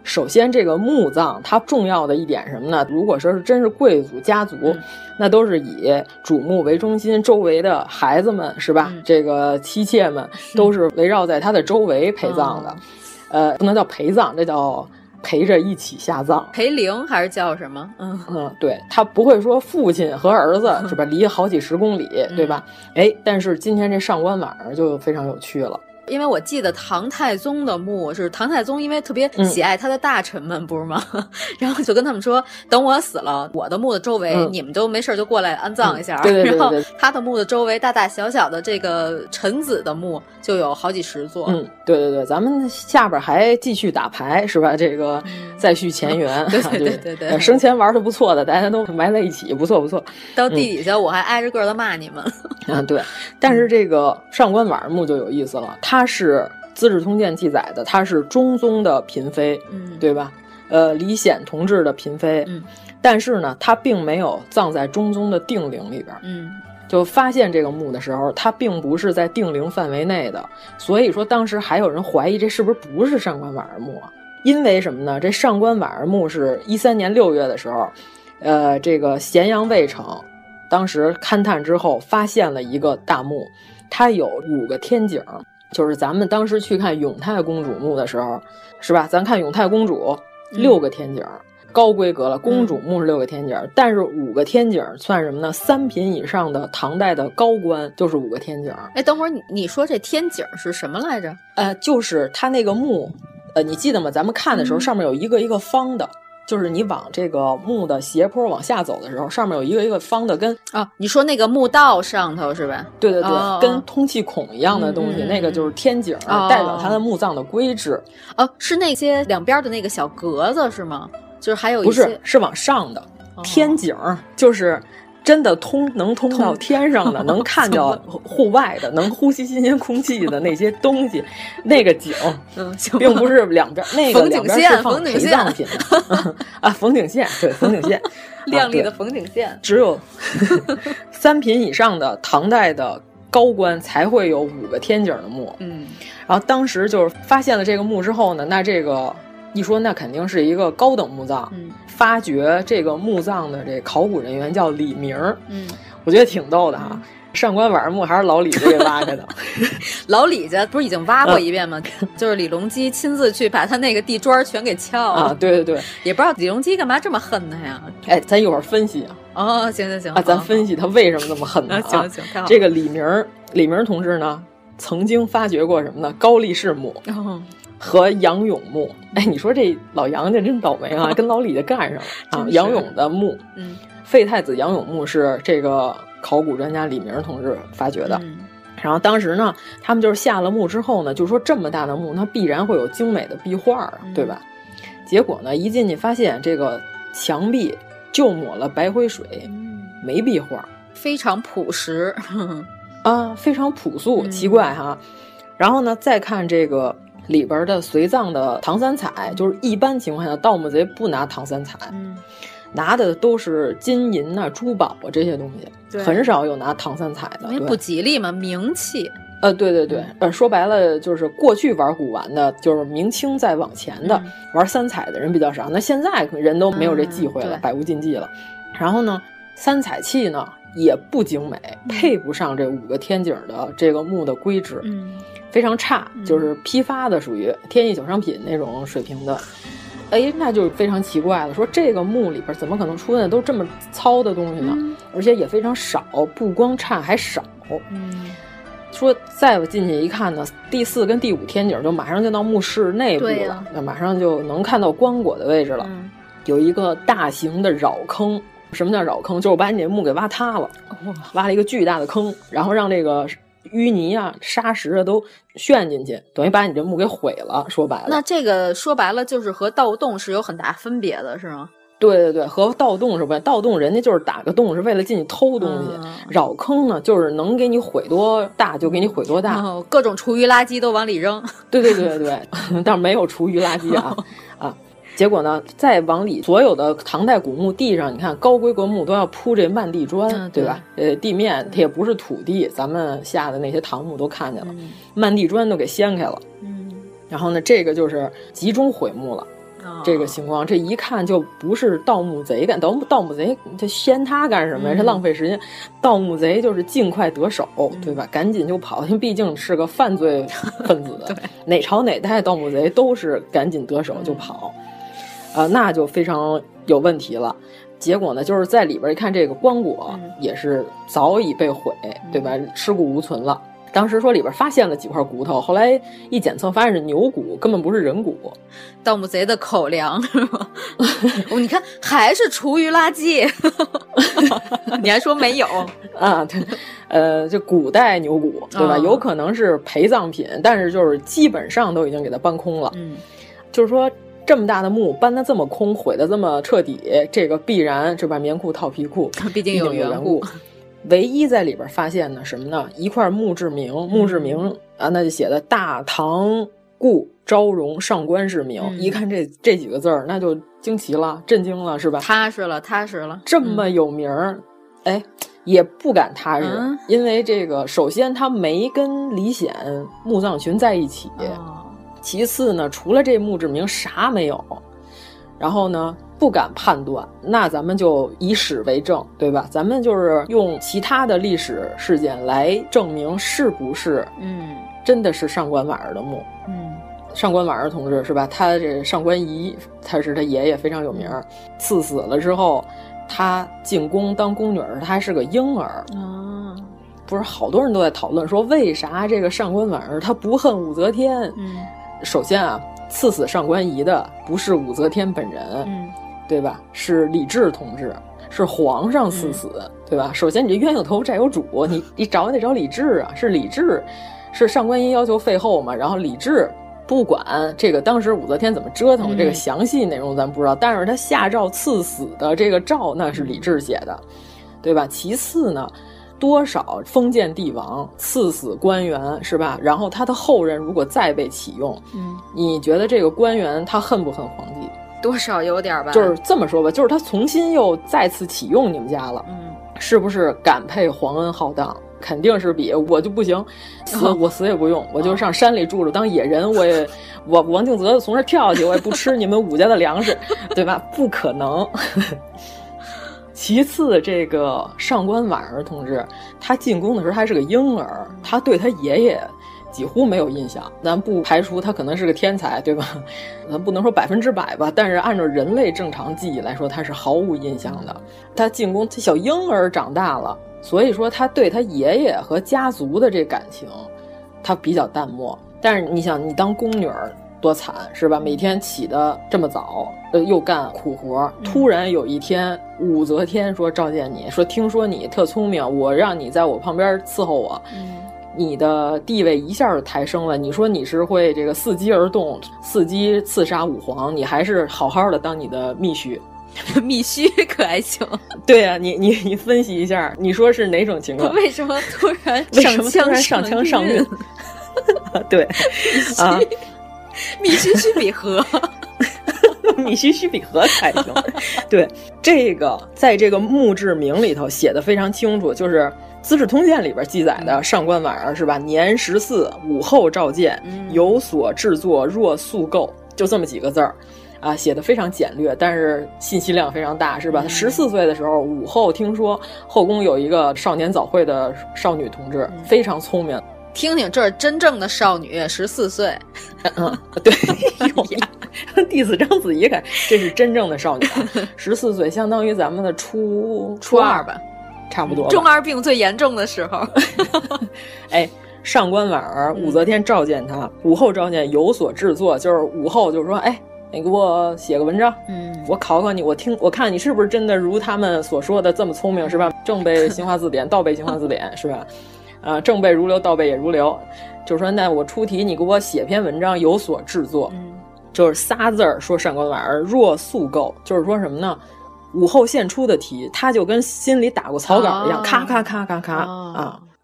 S3: 首先这个墓葬它重要的一点什么呢？如果说是真是贵族家族、嗯、那都是以主墓为中心，周围的孩子们是吧、嗯、这个妻妾们都是围绕在他的周围陪葬的、嗯、呃，不能叫陪葬，这叫陪着一起下葬，
S11: 陪灵还是叫什么？嗯
S3: 嗯，对，他不会说父亲和儿子是吧，离好几十公里、嗯、对吧？哎，但是今天这上官婉儿就非常有趣了。
S11: 因为我记得唐太宗的墓是唐太宗，因为特别喜爱他的大臣们，嗯、不是吗？然后就跟他们说，等我死了，我的墓的周围、嗯、你们都没事就过来安葬一下。
S3: 嗯、对, 对, 对, 对, 对。
S11: 然后他的墓的周围大大小小的这个臣子的墓就有好几十座。
S3: 嗯，对对对，咱们下边还继续打牌是吧？这个再续前缘。
S11: 嗯、对对对对对，
S3: 生前玩的不错的，大家都埋在一起，不错不错。
S11: 到地底下、嗯、我还挨着个的骂你们。
S3: 啊，对。但是这个上官婉儿墓就有意思了，他是《资治通鉴》记载的，他是中宗的嫔妃，嗯，对吧？呃，李显同治的嫔妃，嗯，但是呢，他并没有葬在中宗的定陵里边，嗯，就发现这个墓的时候，他并不是在定陵范围内的，所以说当时还有人怀疑这是不是不是上官婉儿墓啊？因为什么呢？这上官婉儿墓是一三年六月的时候，呃，这个咸阳卫城当时勘探之后发现了一个大墓，它有五个天井。就是咱们当时去看永泰公主墓的时候，是吧？咱看永泰公主六个天井、嗯，高规格了。公主墓是六个天井、嗯，但是五个天井算什么呢？三品以上的唐代的高官就是五个天井。
S11: 哎，等会儿你你说这天井是什么来着？
S3: 呃，就是它那个墓，呃，你记得吗？咱们看的时候、嗯、上面有一个一个方的。就是你往这个墓的斜坡往下走的时候，上面有一个一个方的跟
S11: 啊，你说那个墓道上头是吧？
S3: 对对对，
S11: 哦、
S3: 跟通气孔一样的东西，嗯、那个就是天井、哦，代表它的墓葬的规制。
S11: 哦，是那些两边的那个小格子是吗？就是还有一
S3: 些不是，是往上的、哦、天井，就是真的通能通到天上的，能看到户外的，能呼吸新鲜空气的那些东西，那个井，
S11: 嗯，
S3: 并不是两边那个两边是放陪葬品的啊，冯景线，对，冯景线，
S11: 亮丽的冯景线，
S3: 啊、只有三品以上的唐代的高官才会有五个天井的墓，
S11: 嗯，
S3: 然后当时就是发现了这个墓之后呢，那这个一说那肯定是一个高等墓葬，
S11: 嗯。
S3: 发掘这个墓葬的这考古人员叫李明，
S11: 嗯，
S3: 我觉得挺逗的哈、啊。上官婉儿墓还是老李家给挖开的，
S11: 老李家不是已经挖过一遍吗？嗯、就是李隆基亲自去把他那个地砖全给撬了
S3: 啊！对对对，
S11: 也不知道李隆基干嘛这么恨他呀？
S3: 哎，咱一会儿分析啊。
S11: 哦，行行行
S3: 啊，咱分析他为什么这么恨他、啊。
S11: 行行，太好。
S3: 这个李明，李明同志呢，曾经发掘过什么呢？高力士墓。
S11: 哦
S3: 和杨勇墓，哎，你说这老杨家真倒霉啊，跟老李家干上了啊！杨勇的墓，
S11: 嗯，
S3: 废太子杨勇墓是这个考古专家李明同志发掘的。
S11: 嗯、
S3: 然后当时呢，他们就是下了墓之后呢，就说这么大的墓，它必然会有精美的壁画，
S11: 嗯、
S3: 对吧？结果呢，一进去发现这个墙壁就抹了白灰水，
S11: 嗯、
S3: 没壁画，
S11: 非常朴实
S3: 啊，非常朴素，奇怪哈。嗯、然后呢，再看这个。里边的随葬的唐三彩，就是一般情况下盗墓贼不拿唐三彩，
S11: 嗯，
S3: 拿的都是金银啊、珠宝啊这些东西，很少有拿唐三彩的，
S11: 因为不吉利嘛，名气。
S3: 呃，对对对，呃，说白了就是过去玩古玩的，就是明清再往前的、嗯、玩三彩的人比较少，那现在人都没有这忌讳了，嗯、百无禁忌了。然后呢，三彩器呢也不精美，
S11: 嗯、
S3: 配不上这五个天井的这个墓的规制。
S11: 嗯。
S3: 非常差，就是批发的，属于天意小商品那种水平的。哎，那就非常奇怪了，说这个墓里边怎么可能出现都这么糙的东西呢？
S11: 嗯、
S3: 而且也非常少，不光差还少。
S11: 嗯，
S3: 说再进去一看呢，第四跟第五天井就马上就到墓室内部了，那、啊、马上就能看到棺椁的位置了。
S11: 嗯、
S3: 有一个大型的扰坑，什么叫扰坑？就是把你这墓给挖塌了，
S11: 哦、
S3: 挖了一个巨大的坑，然后让这个。淤泥啊、沙石啊都旋进去，等于把你这墓给毁了。说白了，
S11: 那这个说白了就是和盗洞是有很大分别的，是吗？
S3: 对对对，和盗洞是不一样。盗洞人家就是打个洞是为了进去偷东西，
S11: 嗯、
S3: 扰坑呢就是能给你毁多大就给你毁多大，
S11: 哦、各种厨余垃圾都往里扔。
S3: 对对对对对，但是没有厨余垃圾啊啊。结果呢，再往里，所有的唐代古墓地上，你看高规格墓都要铺这漫地砖，
S11: 嗯、
S3: 对吧？呃，地面它也不是土地，咱们下的那些唐墓都看见了，
S11: 嗯、
S3: 漫地砖都给掀开了。
S11: 嗯，
S3: 然后呢，这个就是集中毁墓了。 这个情况，这一看就不是盗墓贼干，盗墓盗墓贼他掀他干什么呀？这、嗯、浪费时间。盗墓贼就是尽快得手，嗯、对吧？赶紧就跑，因为毕竟是个犯罪分子，哪朝哪代盗墓贼都是赶紧得手就跑，啊、嗯呃，那就非常有问题了。结果呢，就是在里边一看，这个棺椁也是早已被毁，嗯、对吧？尸骨无存了。当时说里边发现了几块骨头，后来一检测发现是牛骨，根本不是人骨。
S11: 盗墓贼的口粮是吗？你看还是厨余垃圾，你还说没有
S3: 啊？对，呃，就古代牛骨对吧？哦、有可能是陪葬品，但是就是基本上都已经给它搬空了。嗯，就是说这么大的墓搬得这么空，毁得这么彻底，这个必然是把棉裤套皮裤，
S11: 毕竟有缘故。
S3: 唯一在里边发现呢什么呢？一块墓志铭，墓志铭、嗯、啊，那就写的大唐故昭容上官氏铭、嗯。一看这这几个字儿，那就惊奇了，震惊了，是吧？
S11: 踏实了，踏实了。
S3: 这么有名儿，哎、嗯，也不敢踏实、嗯，因为这个首先他没跟李显墓葬群在一起，哦、其次呢，除了这墓志铭啥没有，然后呢？不敢判断，那咱们就以史为证，对吧？咱们就是用其他的历史事件来证明是不是，嗯，真的是上官婉儿的墓。嗯，上官婉儿同志是吧？他这上官仪，他是他爷爷，非常有名。赐死了之后，他进宫当宫女儿，他还是个婴儿。哦，不是好多人都在讨论说，为啥这个上官婉儿他不恨武则天？嗯，首先啊，赐死上官仪的不是武则天本人。嗯。对吧？是李治同志，是皇上赐死、嗯，对吧？首先，你这冤有头债有主，你你找也得找李治啊，是李治，是上官仪要求废后嘛，然后李治不管这个当时武则天怎么折腾、嗯，这个详细内容咱不知道，但是他下诏赐死的这个诏那是李治写的，对吧？其次呢，多少封建帝王赐死官员是吧？然后他的后人如果再被启用，嗯，你觉得这个官员他恨不恨皇帝？
S11: 多少有点吧，
S3: 就是这么说吧，就是他重新又再次启用你们家了，嗯，是不是感佩皇恩浩荡？肯定是比我就不行，死、哦、我死也不用，我就上山里住着当野人，我也我王敬泽从这跳下去，我也不吃你们武家的粮食，对吧？不可能。其次，这个上官婉儿同志，他进宫的时候还是个婴儿，他对他爷爷几乎没有印象，咱不排除他可能是个天才，对吧？咱不能说百分之百吧，但是按照人类正常记忆来说，他是毫无印象的。他进宫，这小婴儿长大了，所以说他对他爷爷和家族的这感情，他比较淡漠。但是你想，你当宫女儿多惨是吧？每天起得这么早，呃，又干苦活，突然有一天，武则天说召见你，说听说你特聪明，我让你在我旁边伺候我。嗯，你的地位一下就抬升了。你说你是会这个伺机而动，伺机刺杀武皇，你还是好好的当你的秘书。
S11: 秘书可还行？
S3: 对啊，你你你分析一下，你说是哪种情况？
S11: 为什么突然
S3: 为什么突然上枪上运？对啊，
S11: 秘书须比和。
S3: 秘须须比和才行。对，这个在这个墓志铭里头写的非常清楚，就是《资治通鉴》里边记载的上官婉儿是吧？年十四，武后召见，有所制作，若速购，就这么几个字儿。啊，写的非常简略，但是信息量非常大，是吧？十四岁的时候，武后听说后宫有一个少年早会的少女同志，嗯、非常聪明。
S11: 听听，这是真正的少女，十四岁。
S3: 嗯，对，有呀。弟子章子怡看，这是真正的少女、啊，十四岁，相当于咱们的初
S11: 初二吧，
S3: 差不多。
S11: 中二病最严重的时候。
S3: 哎。上官婉儿，武则天召见他，武后召见有所制作，就是武后就是说，哎，你给我写个文章，嗯，我考考你，我听我看你是不是真的如他们所说的这么聪明，是吧？正背新华字典，倒背新华字典，是吧？啊，正背如流，倒背也如流。就是说，那我出题，你给我写篇文章，有所制作，嗯，就是仨字儿，说上官婉儿若速购，就是说什么呢？武后献出的题，他就跟心里打过草稿一样，哦、咔咔咔咔咔、哦、啊。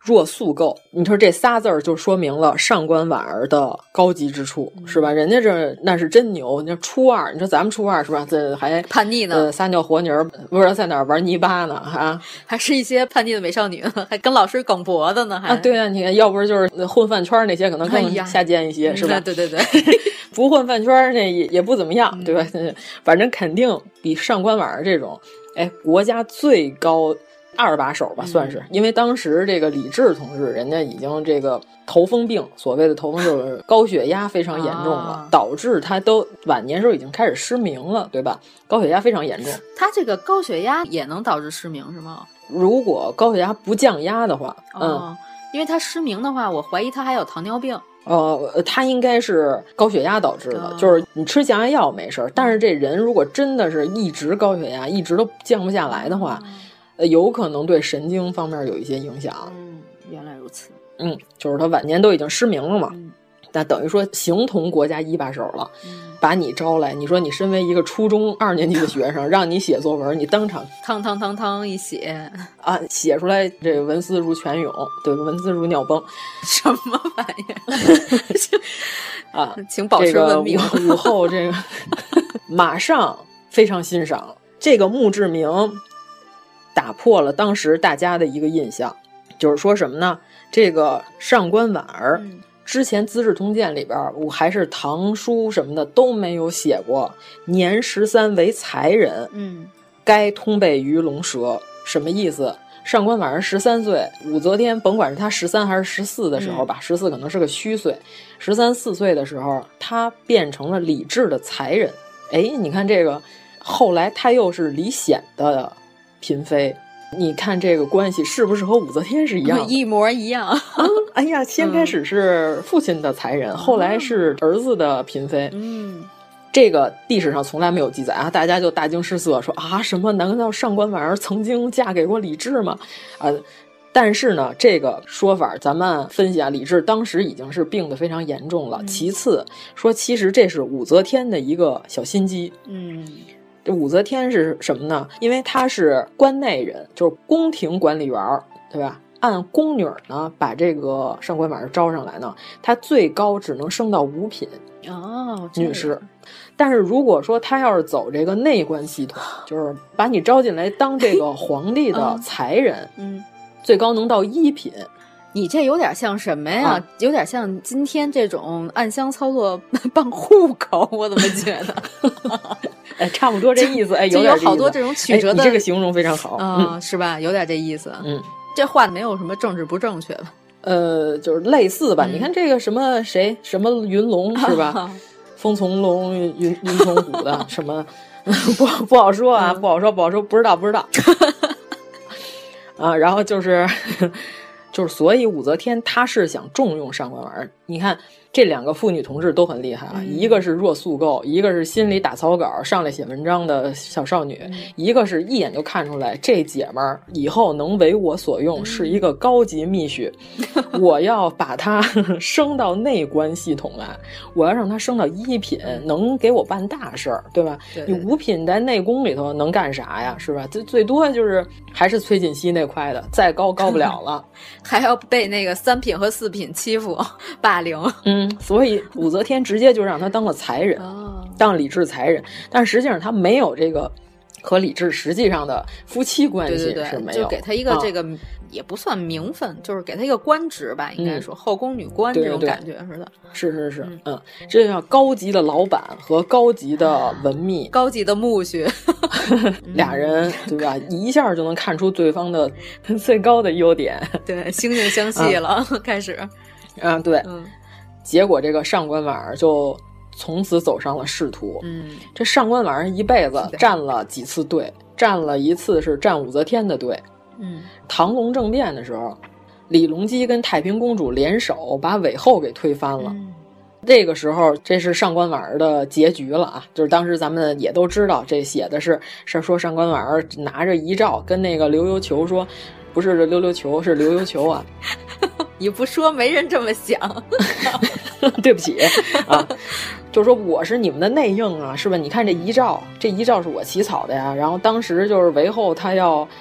S3: 若素构，你说这仨字儿就说明了上官婉儿的高级之处，嗯、是吧？人家这那是真牛。你说初二，你说咱们初二是吧？这还
S11: 叛逆呢，
S3: 呃，撒尿和泥儿，不知道在哪儿玩泥巴呢，啊，
S11: 还是一些叛逆的美少女，还跟老师梗脖子呢，还
S3: 啊，对啊，你看，要不是就是混饭圈那些，可能更下贱一些，
S11: 哎、
S3: 是吧？
S11: 对对对，
S3: 不混饭圈那也也不怎么样，对吧？嗯、反正肯定比上官婉儿这种，哎，国家最高。二把手吧，算是，因为当时这个李治同志，人家已经这个头风病，所谓的头风就是高血压非常严重了，啊、导致他都晚年时候已经开始失明了，对吧？高血压非常严重。
S11: 他这个高血压也能导致失明是吗？
S3: 如果高血压不降压的话，
S11: 哦、
S3: 嗯，
S11: 因为他失明的话，我怀疑他还有糖尿病。
S3: 呃，他应该是高血压导致的，哦、就是你吃降压药没事儿，但是这人如果真的是一直高血压，一直都降不下来的话。嗯呃，有可能对神经方面有一些影响。
S11: 嗯，原来如此。
S3: 嗯，就是他晚年都已经失明了嘛，
S11: 嗯、
S3: 那等于说形同国家一把手了。嗯、把你招来，你说你身为一个初中二年级的学生，让你写作文，你当场
S11: 汤汤汤汤一写
S3: 啊，写出来这个文思如泉涌，对，文思如尿崩，
S11: 什么玩意儿？
S3: 啊，
S11: 请保持文明。
S3: 这个、午后这个马上非常欣赏这个墓志铭。打破了当时大家的一个印象，就是说什么呢？这个上官婉儿、嗯、之前《资治通鉴》里边，我还是唐书什么的都没有写过年十三为才人，
S11: 嗯，
S3: 该通背鱼龙蛇，什么意思？上官婉儿十三岁，武则天甭管是他十三还是十四的时候吧，十四、嗯、可能是个虚岁，十三四岁的时候，他变成了李治的才人。哎，你看这个，后来他又是李显的嫔妃，你看这个关系是不是和武则天是一样的？
S11: 一模一样。啊、
S3: 哎呀，先开始是父亲的才人，嗯、后来是儿子的嫔妃。
S11: 嗯，
S3: 这个历史上从来没有记载啊，大家就大惊失色，说啊，什么？难道上官婉儿曾经嫁给过李治吗？啊，但是呢，这个说法咱们分析啊，李治当时已经是病得非常严重了。嗯、其次说，其实这是武则天的一个小心机。
S11: 嗯。
S3: 这武则天是什么呢？因为她是关内人，就是宫廷管理员，对吧？按宫女呢，把这个上官婉儿招上来呢，她最高只能升到五品
S11: 哦，
S3: 女士。但是如果说她要是走这个内官系统，就是把你招进来当这个皇帝的才人，
S11: 嗯，
S3: 最高能到一品。
S11: 你这有点像什么呀？
S3: 啊、
S11: 有点像今天这种暗箱操作办户口，我怎么觉得？
S3: 哎，差不多这意思。哎，有
S11: 点有好多这种曲折的，
S3: 哎、你这个形容非常好
S11: 啊、嗯，是吧？有点这意思。
S3: 嗯，
S11: 这话没有什么政治不正确吧？
S3: 呃，就是类似吧。嗯、你看这个什么谁什么云龙是吧？啊、风从龙，云云从虎的什么不不好说啊，嗯、不好说，不好说，不知道，不知道。啊，然后就是。就是，所以武则天她是想重用上官婉儿。你看这两个妇女同志都很厉害啊，
S11: 嗯、
S3: 一个是若素构，一个是心里打草稿上来写文章的小少女，
S11: 嗯、
S3: 一个是一眼就看出来这姐们儿以后能为我所用，嗯、是一个高级秘书。我要把她升到内官系统来，我要让她升到一品，能给我办大事儿，对吧？
S11: 对对对，
S3: 你五品在内宫里头能干啥呀？是吧？最最多就是还是崔槿汐那块的，再高高不了了。
S11: 还要被那个三品和四品欺负霸凌，
S3: 嗯，所以武则天直接就让他当了才人，
S11: 哦、
S3: 当李治才人，但实际上他没有这个和李治实际上的夫妻关系是没有，
S11: 对对对，就给他一个这个、啊、也不算名分，就是给他一个官职吧，应该说、嗯、后宫女官这种感觉似的，
S3: 是是是，嗯，嗯这叫高级的老板和高级的文秘，
S11: 高级的木须，
S3: 俩人对吧？一下就能看出对方的最高的优点，
S11: 对，惺惺相惜了，啊、开始，
S3: 啊，对，
S11: 嗯，
S3: 结果这个上官婉儿就从此走上了仕途，
S11: 嗯，
S3: 这上官婉儿一辈子站了几次队，站了一次是站武则天的队。
S11: 嗯，
S3: 唐隆政变的时候，李隆基跟太平公主联手把韦后给推翻了。
S11: 嗯、
S3: 这个时候，这是上官婉儿的结局了啊！就是当时咱们也都知道，这写的是是说上官婉儿拿着遗诏跟那个刘幽球说，不是溜溜球，是刘幽球啊。
S11: 你不说，没人这么想。
S3: 对不起啊，就说我是你们的内应啊，是吧？你看这遗诏，这遗诏是我起草的呀。然后当时就是韦后他要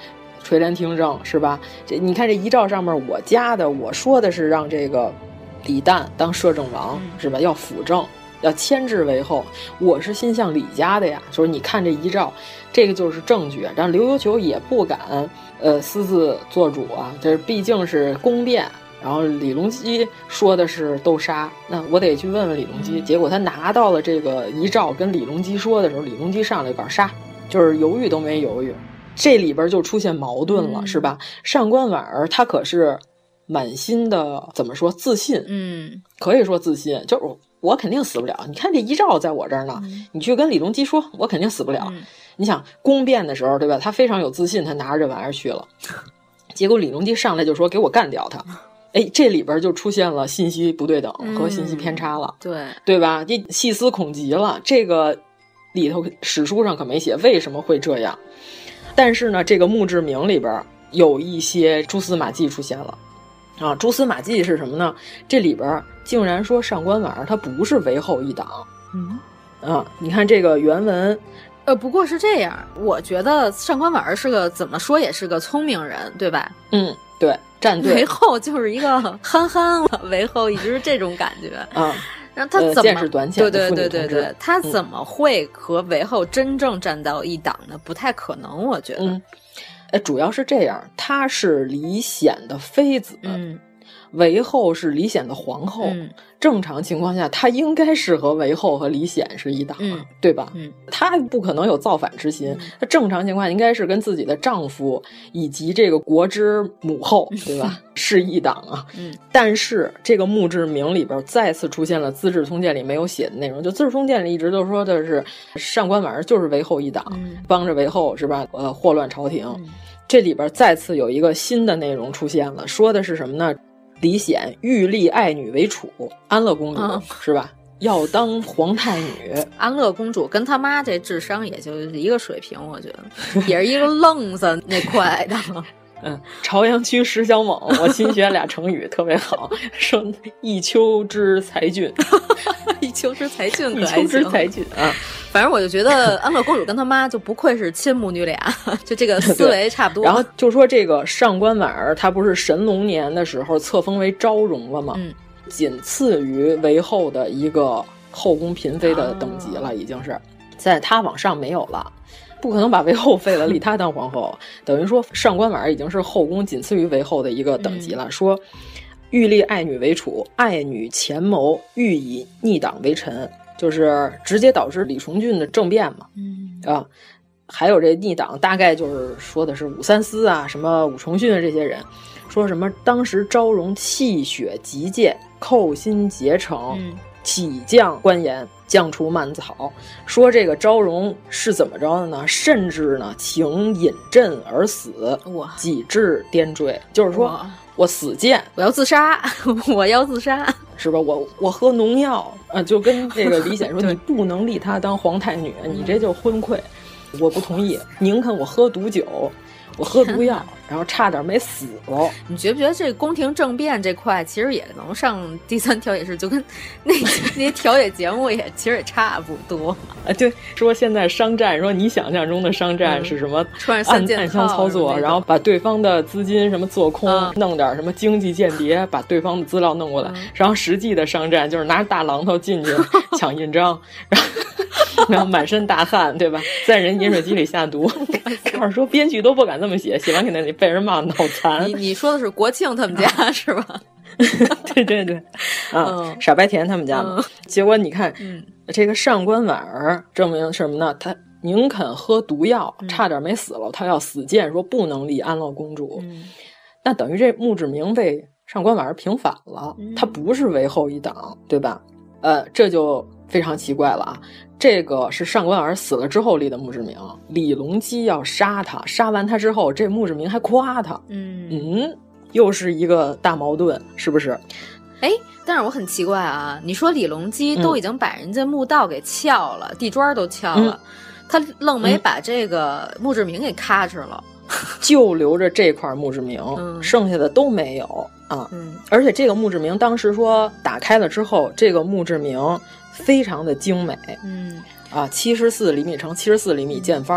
S3: 垂帘听政，是吧？这你看这遗诏上面，我加的我说的是让这个李旦当摄政王，嗯、是吧？要辅政，要牵制为后。我是心向李家的呀，就是你看这遗诏，这个就是证据。但刘幽求也不敢呃私自做主啊，这毕竟是宫变。然后李隆基说的是都杀，那我得去问问李隆基。结果他拿到了这个遗诏，跟李隆基说的时候，李隆基上来杆杀，就是犹豫都没犹豫。这里边就出现矛盾了，嗯、是吧？上官婉儿他可是满心的怎么说自信，
S11: 嗯，
S3: 可以说自信，就是我肯定死不了。你看这遗诏在我这儿呢，嗯、你去跟李隆基说，我肯定死不了。嗯、你想宫变的时候，对吧？他非常有自信，他拿着这玩意儿去了。结果李隆基上来就说给我干掉他。哎，这里边就出现了信息不对等和信息偏差了，
S11: 嗯、对
S3: 对吧？这细思恐极了。这个里头史书上可没写为什么会这样，但是呢，这个墓志铭里边有一些蛛丝马迹出现了啊。蛛丝马迹是什么呢？这里边竟然说上官婉儿她不是韦后一党，
S11: 嗯
S3: 啊，你看这个原文。
S11: 呃，不过是这样，我觉得上官婉儿是个怎么说也是个聪明人，对吧？
S3: 嗯，对，站队。
S11: 韦后就是一个憨憨了，韦后一直是这种感觉。
S3: 嗯，
S11: 然后他怎么、呃、
S3: 见识短浅的
S11: 对对对对对，
S3: 嗯、
S11: 他怎么会和韦后真正站到一党呢？不太可能，我觉得。
S3: 嗯，哎，主要是这样，他是李显的妃子。
S11: 嗯。
S3: 韦后是李显的皇后，
S11: 嗯、
S3: 正常情况下，她应该是和韦后和李显是一党，
S11: 嗯、
S3: 对吧？
S11: 嗯，
S3: 她不可能有造反之心。她、嗯、正常情况应该是跟自己的丈夫以及这个国之母后，对吧？是一党啊。
S11: 嗯，
S3: 但是这个墓志铭里边再次出现了《资治通鉴》里没有写的内容，就《资治通鉴》里一直都说的是上官婉儿就是韦后一党，
S11: 嗯、
S3: 帮着韦后是吧？呃，祸乱朝廷。
S11: 嗯、
S3: 这里边再次有一个新的内容出现了，说的是什么呢？李显欲立爱女为储，安乐公主、嗯、是吧？要当皇太女。
S11: 安乐公主跟他妈这智商也就一个水平，我觉得也是一个愣子那块的。
S3: 嗯，朝阳区石小猛，我新学俩成语特别好，说一丘之才俊，
S11: 一丘之才俊可
S3: 还行，一丘之才俊啊。
S11: 反正我就觉得安乐公主跟她妈就不愧是亲母女俩，就这个思维差不多。
S3: 然后就说这个上官婉儿，她不是神龙年的时候册封为昭容了吗？
S11: 嗯，
S3: 仅次于韦后的一个后宫嫔妃的等级了，已经是，在她往上没有了。不可能把韦后废了立她当皇后，等于说上官婉儿已经是后宫仅次于韦后的一个等级了。嗯、说欲立爱女为储，爱女前谋，欲以逆党为臣，就是直接导致李重俊的政变嘛。
S11: 嗯
S3: 啊，还有这逆党，大概就是说的是武三思啊，什么武重训啊这些人，说什么当时昭容气血极健，寇心结成。
S11: 嗯
S3: 起降官言，降除蔓草。说这个昭容是怎么着的呢？甚至呢，请饮鸩而死，己至颠坠。就是说我死谏，
S11: 我要自杀，我要自杀，
S3: 是吧？我我喝农药，呃，就跟这个李显说，你不能立她当皇太女，你这就昏聩，我不同意，宁肯我喝毒酒。我喝毒药，然后差点没死了。
S11: 你觉不觉得这宫廷政变这块其实也能上第三调解室，就跟那那些调解节目也其实也差不多
S3: 啊？对，说现在商战，说你想象中的商战是什么？
S11: 穿
S3: 暗暗箱操作，然后把对方的资金什么做空，
S11: 嗯、
S3: 弄点什么经济间谍，把对方的资料弄过来，嗯、然后实际的商战就是拿着大榔头进去抢印章，然后。然后满身大汗，对吧？在人饮水机里下毒，告诉说编剧都不敢这么写，写完肯定得被人骂脑残。
S11: 你你说的是国庆他们家是吧？
S3: 对对对，啊，嗯、傻白甜他们家嘛。嗯、结果你看，
S11: 嗯、
S3: 这个上官婉儿证明什么呢？他宁肯喝毒药，差点没死了，他要死谏说不能立安乐公主。
S11: 嗯、
S3: 那等于这墓志铭被上官婉儿平反了，
S11: 嗯、
S3: 他不是韦后一党，对吧？呃，这就非常奇怪了啊。这个是上官婉儿死了之后立的墓志铭，李隆基要杀他，杀完他之后，这墓志铭还夸他，
S11: 嗯
S3: 嗯，又是一个大矛盾，是不是？
S11: 哎，但是我很奇怪啊，你说李隆基都已经把人家墓道给撬了，嗯、地砖都撬了，嗯、他愣没把这个墓志铭给咔哧了，嗯、
S3: 就留着这块墓志铭，
S11: 嗯、
S3: 剩下的都没有啊。
S11: 嗯，
S3: 而且这个墓志铭当时说打开了之后，这个墓志铭非常的精美，
S11: 嗯
S3: 啊，七十四厘米乘七十四厘米见方，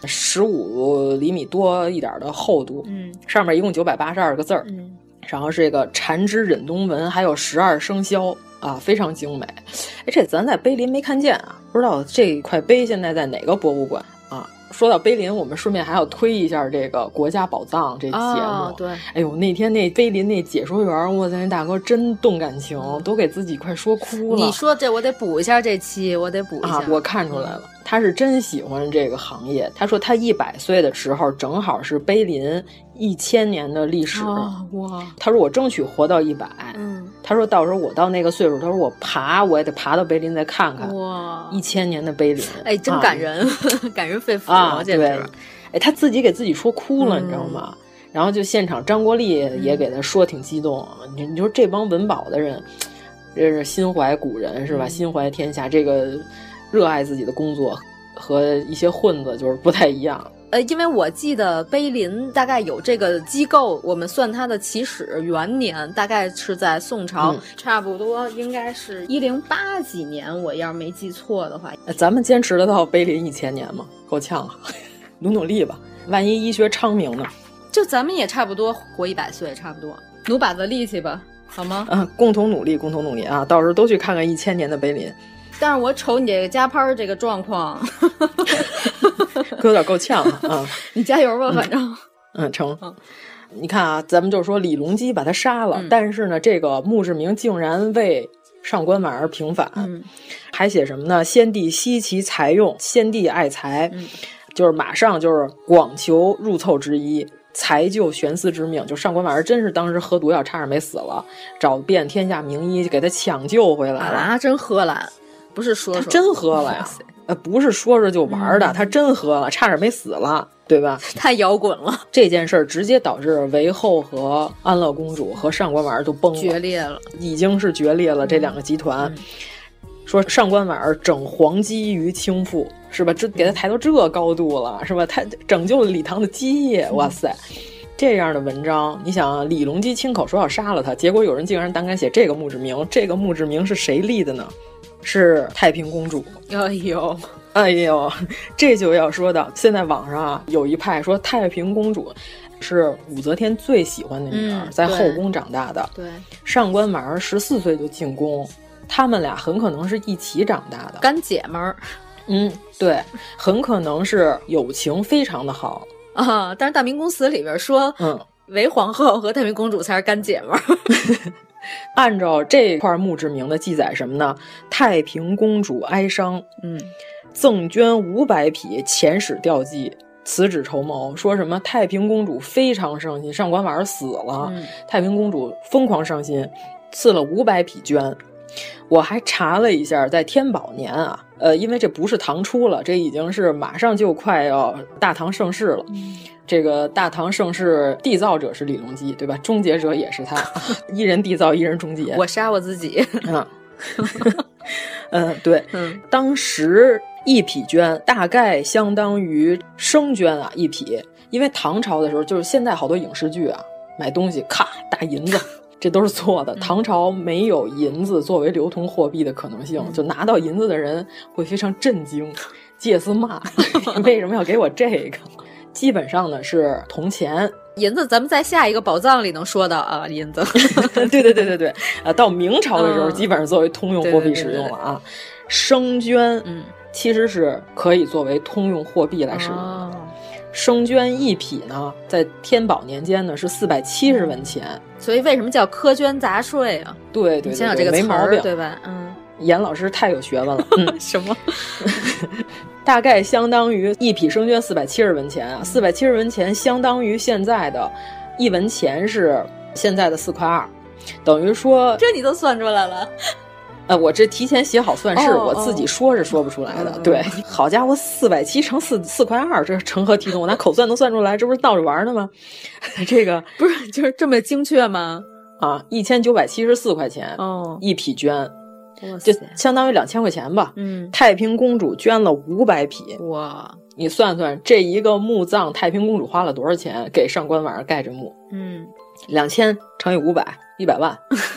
S3: 十五厘米多一点的厚度，
S11: 嗯，
S3: 上面一共九百八十二个字儿，
S11: 嗯，
S3: 然后这个缠枝忍冬纹，还有十二生肖啊，非常精美。哎，这咱在碑林没看见啊，不知道这块碑现在在哪个博物馆啊？说到碑林，我们顺便还要推一下这个国家宝藏这节目。
S11: 哦、对，
S3: 哎呦，那天那碑林那解说员，哇塞，那大哥真动感情，都给自己快说哭了。
S11: 你说这我得补一下这期，我得补一下。
S3: 啊，我看出来了，他是真喜欢这个行业。他说他一百岁的时候，正好是碑林一千年的历史。
S11: 哦、哇！
S3: 他说我争取活到一百。
S11: 嗯。
S3: 他说到时候我到那个岁数，他说我爬我也得爬到碑林再看看。
S11: 哇！
S3: 一千年的碑林，
S11: 哎，真感人，啊、感人肺腑
S3: 啊！
S11: 简
S3: 直。哎，他自己给自己说哭了，
S11: 嗯、
S3: 你知道吗？然后就现场张国立也给他说挺激动。嗯、你你说这帮文保的人，这是心怀古人是吧？嗯、心怀天下，这个热爱自己的工作和一些混子就是不太一样。
S11: 呃，因为我记得碑林大概有这个机构，我们算它的起始元年，大概是在宋朝，嗯、差不多应该是一零八几年，我要是没记错的话。
S3: 咱们坚持得到碑林一千年吗？够呛啊，努努力吧，万一医学昌明呢？
S11: 就咱们也差不多活一百岁，差不多，努把子力气吧，好吗？
S3: 嗯，共同努力，共同努力啊！到时候都去看看一千年的碑林。
S11: 但是我瞅你这个加班这个状况，
S3: 有点够呛啊！嗯、
S11: 你加油吧，反正
S3: 嗯, 嗯成。嗯你看啊，咱们就说李隆基把他杀了，
S11: 嗯、
S3: 但是呢，这个墓志铭竟然为上官婉儿平反，
S11: 嗯、
S3: 还写什么呢？先帝惜其才用，先帝爱才，
S11: 嗯、
S3: 就是马上就是广求入凑之一。才救悬丝之命，就上官婉儿真是当时喝毒药差点没死了，找遍天下名医给他抢救回来了。
S11: 啊，真喝了，不是说说，
S3: 他真喝了呀，呃，不是说着就玩的，嗯、他真喝了，差点没死了，对吧？
S11: 太摇滚了，
S3: 这件事儿直接导致韦后和安乐公主和上官婉儿都崩了，
S11: 决裂了，
S3: 已经是决裂了。这两个集团。嗯嗯说上官婉儿整黄基于倾覆，是吧？这给他抬到这高度了，是吧？他拯救了李唐的基业，哇塞！这样的文章，你想，李隆基亲口说要杀了他，结果有人竟然胆敢写这个墓志铭。这个墓志铭是谁立的呢？是太平公主。
S11: 哎呦，
S3: 哎呦，这就要说到现在网上啊，有一派说太平公主是武则天最喜欢的女儿，
S11: 嗯、
S3: 在后宫长大的。
S11: 对，
S3: 上官婉儿十四岁就进宫。他们俩很可能是一起长大的
S11: 干姐们儿，
S3: 嗯，对，很可能是友情非常的好
S11: 啊。但是《大明宫词》里边说，
S3: 嗯，
S11: 韦皇后和太平公主才是干姐们儿。
S3: 按照这块墓志铭的记载，什么呢？太平公主哀伤，
S11: 嗯，
S3: 赠捐五百匹，遣使吊祭，辞旨筹谋。说什么太平公主非常伤心，上官婉儿死了，
S11: 嗯、
S3: 太平公主疯狂伤心，赐了五百匹绢。我还查了一下，在天宝年啊，呃，因为这不是唐初了，这已经是马上就快要大唐盛世了。
S11: 嗯、
S3: 这个大唐盛世缔造者是李隆基，对吧？终结者也是他，一人缔造，一人终结。
S11: 我杀我自己。
S3: 嗯，嗯，对，
S11: 嗯，
S3: 当时一匹绢大概相当于生绢啊一匹，因为唐朝的时候，就是现在好多影视剧啊，买东西咔大银子。这都是错的。唐朝没有银子作为流通货币的可能性，
S11: 嗯、
S3: 就拿到银子的人会非常震惊，借司骂，为什么要给我这个？基本上呢是铜钱。
S11: 银子咱们在下一个宝藏里能说到啊，银子。
S3: 对对对对对，啊，到明朝的时候、嗯、基本上作为通用货币使用了啊。对对对对生绢，
S11: 嗯，
S3: 其实是可以作为通用货币来使用的。
S11: 哦
S3: 生绢一匹呢，在天宝年间呢是四百七十文钱，
S11: 所以为什么叫苛捐杂税啊？
S3: 对对对，
S11: 想想这个
S3: 没毛病，
S11: 对吧？嗯，
S3: 严老师太有学问了。嗯，
S11: 什么？
S3: 大概相当于一匹生绢四百七十文钱啊，四百七十文钱相当于现在的一文钱是现在的四块二，等于说
S11: 这你都算出来了。
S3: 呃，我这提前写好算式，
S11: 哦、
S3: 我自己说是说不出来的。哦、对，好家伙，四百七乘四四块二，这成何体统？我拿口算都算出来，这不是闹着玩呢吗？这个
S11: 不是就是这么精确吗？
S3: 啊，一千九百七十四块钱
S11: 哦，
S3: 一匹绢，就相当于两千块钱吧。
S11: 嗯，
S3: 太平公主捐了五百匹，
S11: 哇！
S3: 你算算，这一个墓葬，太平公主花了多少钱给上官婉儿盖着墓？
S11: 嗯，
S3: 两千乘以五百，一百万。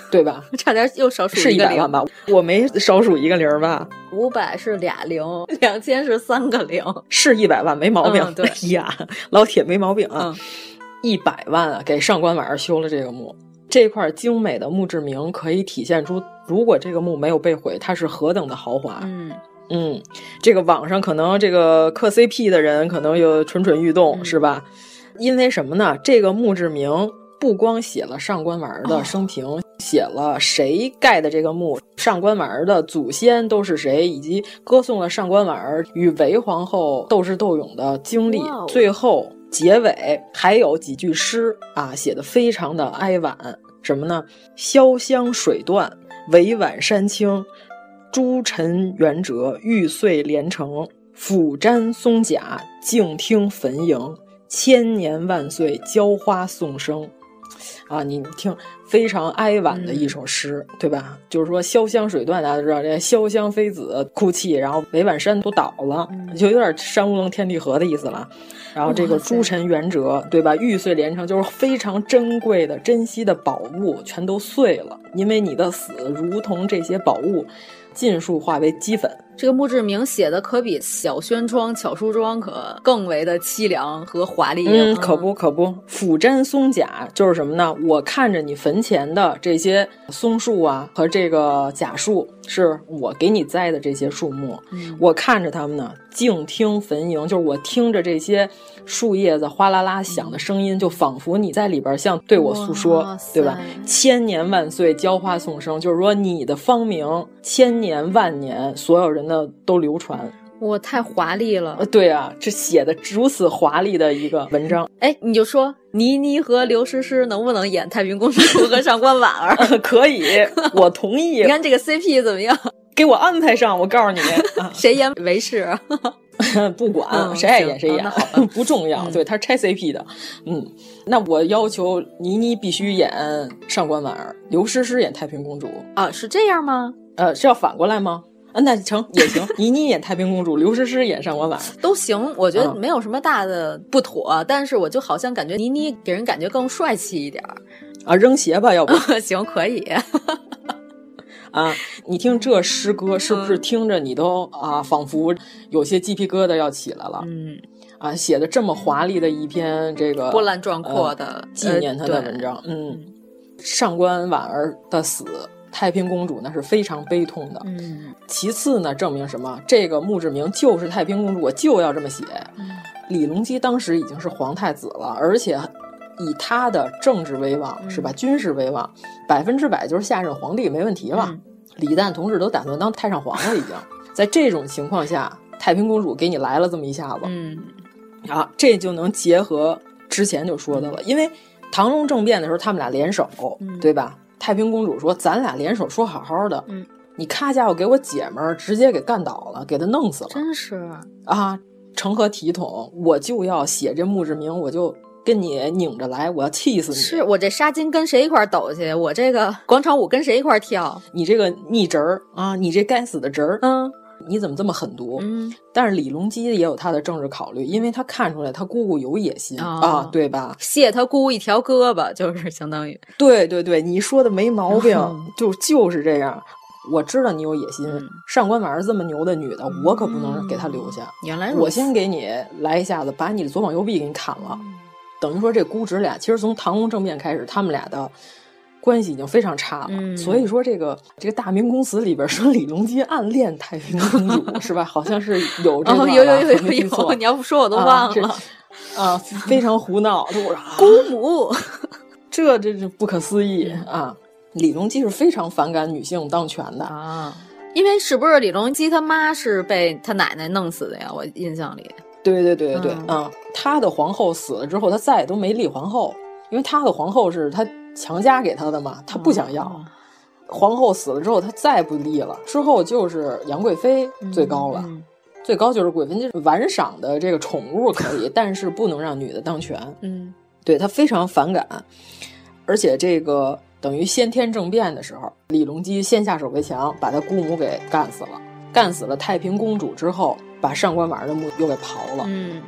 S3: 对吧？
S11: 差点又少数
S3: 是
S11: 一个零
S3: 一百万吧？我没少数一个零吧？
S11: 五百是俩零，两千是三个零，
S3: 是一百万没毛病。
S11: 嗯、对
S3: 哎呀，老铁没毛病啊！一百、嗯、万啊，给上官婉儿修了这个墓。这块精美的墓志铭可以体现出，如果这个墓没有被毁，它是何等的豪华。
S11: 嗯
S3: 嗯，这个网上可能这个磕 C P 的人可能有蠢蠢欲动，嗯、是吧？因为什么呢？这个墓志铭不光写了上官婉儿的生平，哦、写了谁盖的这个墓，上官婉儿的祖先都是谁，以及歌颂了上官婉儿与韦皇后斗智斗勇的经历。最后结尾还有几句诗啊，写得非常的哀婉。什么呢？潇湘水断，委婉山青，朱尘元折，玉碎连成，俯瞻松甲，静听坟茔，千年万岁，浇花颂声。啊，你听，非常哀婉的一首诗，嗯、对吧？就是说潇湘水断，大家都知道，这潇湘妃子哭泣，然后委婉山都倒了，嗯、就有点山无棱天地合的意思了。然后这个朱尘元折，对吧？玉碎连成，就是非常珍贵的、珍惜的宝物全都碎了，因为你的死如同这些宝物尽数化为齑粉。
S11: 这个墓志铭写的可比小轩窗、巧书庄可更为的凄凉和华丽。
S3: 嗯，可不可不。俯瞻松甲就是什么呢？我看着你坟前的这些松树啊和这个甲树，是我给你栽的这些树木，嗯、我看着它们呢，静听坟茔，就是我听着这些树叶子哗啦啦响的声音，嗯、就仿佛你在里边像对我诉说，对吧？千年万岁，浇花颂声，就是说你的芳名千年万年，所有人的都流传。
S11: 哇，太华丽了！
S3: 对啊，这写的如此华丽的一个文章。
S11: 哎，你就说倪妮和刘诗诗能不能演太平公主和上官婉儿？
S3: 可以，我同意。
S11: 你看这个 C P 怎么样？
S3: 给我安排上，我告诉你，
S11: 谁演韦氏？
S3: 不管、
S11: 嗯、
S3: 谁爱演谁演，
S11: 嗯、
S3: 不重要。嗯、对，他是拆 C P 的。嗯，那我要求倪妮必须演上官婉儿，刘诗诗演太平公主。
S11: 啊，是这样吗？
S3: 呃，是要反过来吗？啊，那成也行。倪妮演太平公主，刘诗诗演上官婉儿
S11: 都行。我觉得没有什么大的不妥，嗯、但是我就好像感觉倪妮给人感觉更帅气一点
S3: 啊。扔鞋吧，要不
S11: 行可以。
S3: 啊，你听这诗歌是不是听着你都、嗯、啊，仿佛有些鸡皮疙瘩要起来了？
S11: 嗯，
S3: 啊，写的这么华丽的一篇这个
S11: 波澜壮阔的、
S3: 呃、纪念他的文章。呃、嗯，上官婉儿的死，太平公主呢是非常悲痛的。
S11: 嗯，
S3: 其次呢，证明什么？这个墓志铭就是太平公主，我就要这么写。
S11: 嗯，
S3: 李隆基当时已经是皇太子了，而且以他的政治威望、嗯、是吧，军事威望，百分之百就是下任皇帝没问题了。嗯、李旦同志都打算当太上皇了，已经。在这种情况下，太平公主给你来了这么一下子，
S11: 嗯，
S3: 啊，这就能结合之前就说的了，因为唐隆政变的时候，他们俩联手，
S11: 嗯、
S3: 对吧？太平公主说：“咱俩联手说好好的，
S11: 嗯，
S3: 你咔家伙给我姐们儿直接给干倒了，给她弄死了，
S11: 真是
S3: 啊，成何体统？我就要写这墓志铭，我就。”跟你拧着来，我要气死你！
S11: 是我这纱巾跟谁一块抖去？我这个广场舞跟谁一块跳？
S3: 你这个逆侄儿啊，你这该死的侄儿，
S11: 嗯，
S3: 你怎么这么狠毒？
S11: 嗯，
S3: 但是李隆基也有他的政治考虑，因为他看出来他姑姑有野心、
S11: 哦、
S3: 啊，对吧？
S11: 卸他姑姑一条胳膊，就是相当于。
S3: 对对对，你说的没毛病，
S11: 嗯、
S3: 就就是这样。我知道你有野心，
S11: 嗯、
S3: 上官婉儿这么牛的女的，嗯、我可不能给她留下。
S11: 原来
S3: 我先给你来一下子，把你的左膀右臂给你砍了。
S11: 嗯
S3: 等于说这姑侄俩其实从唐隆政变开始，他们俩的关系已经非常差了。
S11: 嗯、
S3: 所以说这个这个大明宫词里边说李隆基暗恋太平公主是吧？好像是有这个、
S11: 哦、有有有有有，你要不说我都忘了
S3: 啊，啊非常胡闹，
S11: 姑母，
S3: 这这是不可思议啊！李隆基是非常反感女性当权的
S11: 啊，因为是不是李隆基他妈是被他奶奶弄死的呀？我印象里。
S3: 对对对对对，
S11: 嗯、
S3: 啊，他的皇后死了之后，他再也都没立皇后，因为他的皇后是他强加给他的嘛，他不想要。
S11: 哦、
S3: 皇后死了之后，他再不立了，之后就是杨贵妃最高了，
S11: 嗯嗯、
S3: 最高就是贵妃，就是玩赏的这个宠物可以，但是不能让女的当权。
S11: 嗯，
S3: 对他非常反感，而且这个等于先天政变的时候，李隆基先下手为强，把他姑母给干死了。干死了太平公主之后，把上官婉儿的墓又给刨了。
S11: 嗯，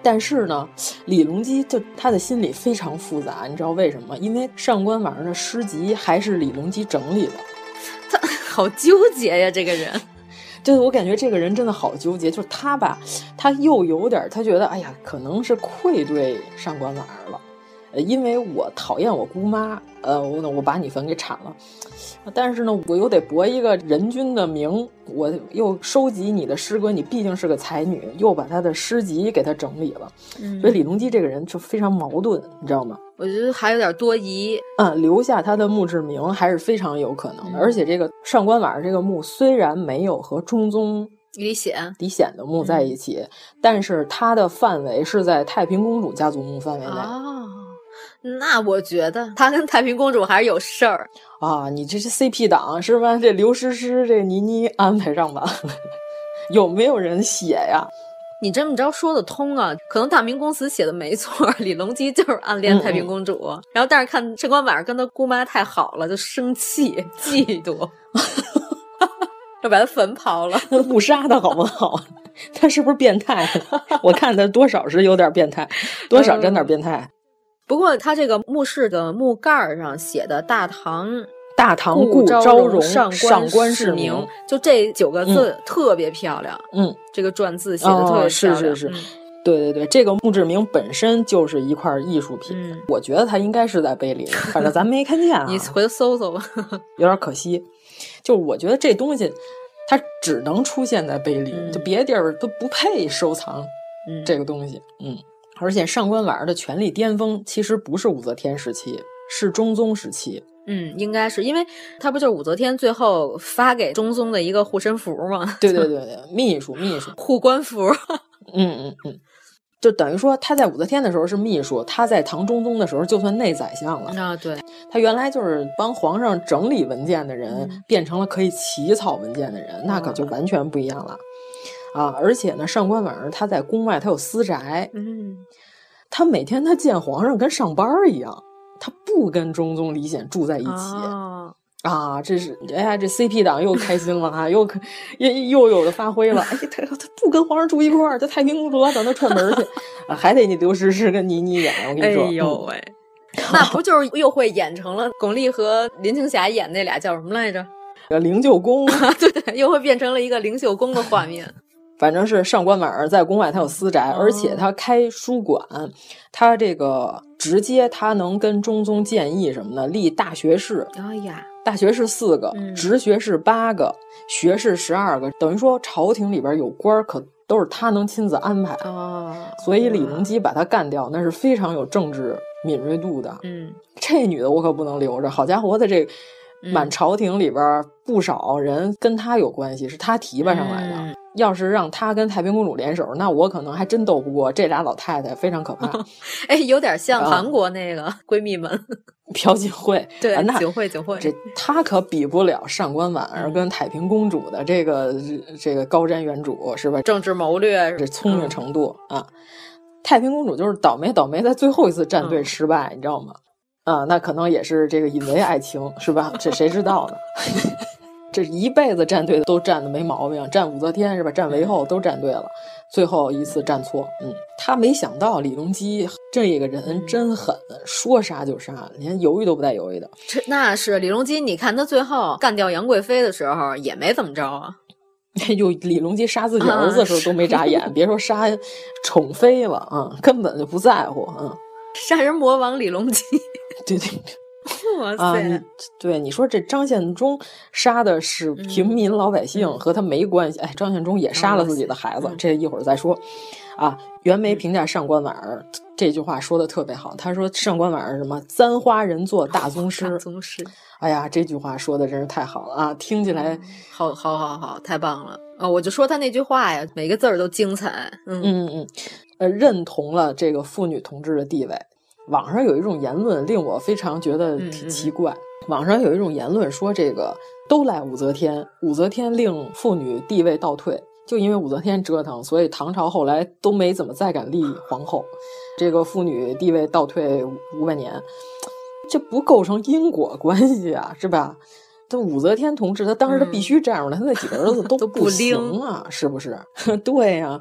S3: 但是呢，李隆基就他的心里非常复杂，你知道为什么？因为上官婉儿的诗集还是李隆基整理的。
S11: 他好纠结呀，这个人。
S3: 就是我感觉这个人真的好纠结，就是他吧，他又有点他觉得，哎呀，可能是愧对上官婉儿了，呃，因为我讨厌我姑妈，呃，我我把你坟给铲了。但是呢，我又得博一个人君的名，我又收集你的诗歌，你毕竟是个才女，又把他的诗集给他整理了。嗯，所以李隆基这个人就非常矛盾，你知道吗？
S11: 我觉得还有点多疑。
S3: 嗯，留下他的墓志铭还是非常有可能的。嗯、而且这个上官婉儿这个墓虽然没有和中宗
S11: 李显
S3: 李显的墓在一起，嗯、但是它的范围是在太平公主家族墓范围内。
S11: 哦，那我觉得他跟太平公主还是有事儿
S3: 啊！你这是 C P 党是吧？这刘诗诗这倪妮安排上吧？有没有人写呀？
S11: 你这么着说得通啊？可能大明宫词写的没错，李隆基就是暗恋太平公主，嗯嗯然后但是看上官婉儿跟他姑妈太好了，就生气嫉妒，就把他坟刨了，
S3: 不杀他好不好？他是不是变态？我看他多少是有点变态，多少真点变态。嗯
S11: 不过他这个墓室的墓盖上写的大唐
S3: 大唐顾昭容
S11: 上
S3: 官
S11: 世
S3: 明，
S11: 就这九个字、嗯、特别漂亮。
S3: 嗯，
S11: 这个篆字写的特别漂亮。哦、
S3: 是是是、嗯，对对对，这个墓志铭本身就是一块艺术品。嗯，我觉得它应该是在碑里，反正咱没看见啊。
S11: 你回头搜搜吧，
S3: 有点可惜。就是我觉得这东西它只能出现在碑里，嗯、就别地儿都不配收藏这个东西。嗯。嗯而且上官婉儿的权力巅峰其实不是武则天时期，是中宗时期。
S11: 嗯，应该是因为他不就是武则天最后发给中宗的一个护身符吗？
S3: 对对对对，秘书秘书
S11: 护官符。
S3: 嗯嗯嗯，就等于说他在武则天的时候是秘书，他在唐中宗的时候就算内宰相了
S11: 啊。对，
S3: 他原来就是帮皇上整理文件的人，嗯、变成了可以起草文件的人，那可就完全不一样了。啊，而且呢，上官婉儿她在宫外，她有私宅，
S11: 嗯，
S3: 她每天她见皇上跟上班一样，她不跟中宗李显住在一起。
S11: 哦、
S3: 啊，这是哎呀，这 C P 党又开心了啊，又又又有的发挥了。哎，他他不跟皇上住一块儿，这太平公主要等他串门去啊，还得你刘诗诗跟倪妮演。我跟你说，
S11: 哎呦喂，嗯、那不就是又会演成了巩俐和林青霞演那俩叫什么来着？
S3: 灵鹫宫。
S11: 对对，又会变成了一个灵鹫宫的画面。
S3: 反正是上官婉儿在宫外，她有私宅，而且她开书馆，她这个直接她能跟中宗建议什么呢？立大学士。
S11: 哎呀，
S3: 大学士四个，
S11: 嗯、
S3: 直学士八个，学士十二个，等于说朝廷里边有官可都是他能亲自安排。
S11: 哦，
S3: 所以李隆基把他干掉，那是非常有政治敏锐度的。
S11: 嗯，
S3: 这女的我可不能留着。好家伙，的这满朝廷里边不少人跟他有关系，是他提拔上来的。
S11: 嗯
S3: 要是让他跟太平公主联手，那我可能还真斗不过这俩老太太，非常可怕。
S11: 哎，有点像韩国那个闺蜜们，
S3: 朴槿惠。
S11: 对，
S3: 啊、那
S11: 槿惠槿惠，
S3: 这他可比不了上官婉儿跟太平公主的这个、嗯、这个高瞻远瞩，是吧？
S11: 政治谋略，
S3: 这聪明程度、嗯、啊。太平公主就是倒霉倒霉，在最后一次战队失败，嗯、你知道吗？啊，那可能也是这个因为爱情，是吧？这谁知道呢？这一辈子站队都站的没毛病，站武则天是吧？站韦后都站对了，最后一次站错。嗯，他没想到李隆基这个人真狠，说杀就杀，连犹豫都不带犹豫的。
S11: 这那是李隆基，你看他最后干掉杨贵妃的时候也没怎么着啊。
S3: 就李隆基杀自己儿子的时候都没眨眼，啊、别说杀宠妃了啊、嗯，根本就不在乎。嗯，
S11: 杀人魔王李隆基。
S3: 对对对。
S11: 哇塞！
S3: 啊，你对你说这张献忠杀的是平民老百姓，嗯、和他没关系。哎，张献忠也杀了自己的孩子，嗯、这一会儿再说。啊，袁枚评价上官婉儿、嗯、这句话说的特别好，他说上官婉儿什么簪花人作大宗师。
S11: 大宗师。
S3: 哎呀，这句话说的真是太好了啊！听起来、
S11: 嗯、好，好，好，好，太棒了啊、哦！我就说他那句话呀，每个字儿都精彩。
S3: 嗯嗯嗯，呃，认同了这个妇女同志的地位。网上有一种言论令我非常觉得挺奇怪。嗯嗯网上有一种言论说，这个都赖武则天，武则天令妇女地位倒退，就因为武则天折腾，所以唐朝后来都没怎么再敢立皇后，这个妇女地位倒退五百年，这不构成因果关系啊，是吧？这武则天同志，她当时她必须站出来，她、嗯、那几个儿子都不行啊，是不是？对呀、啊。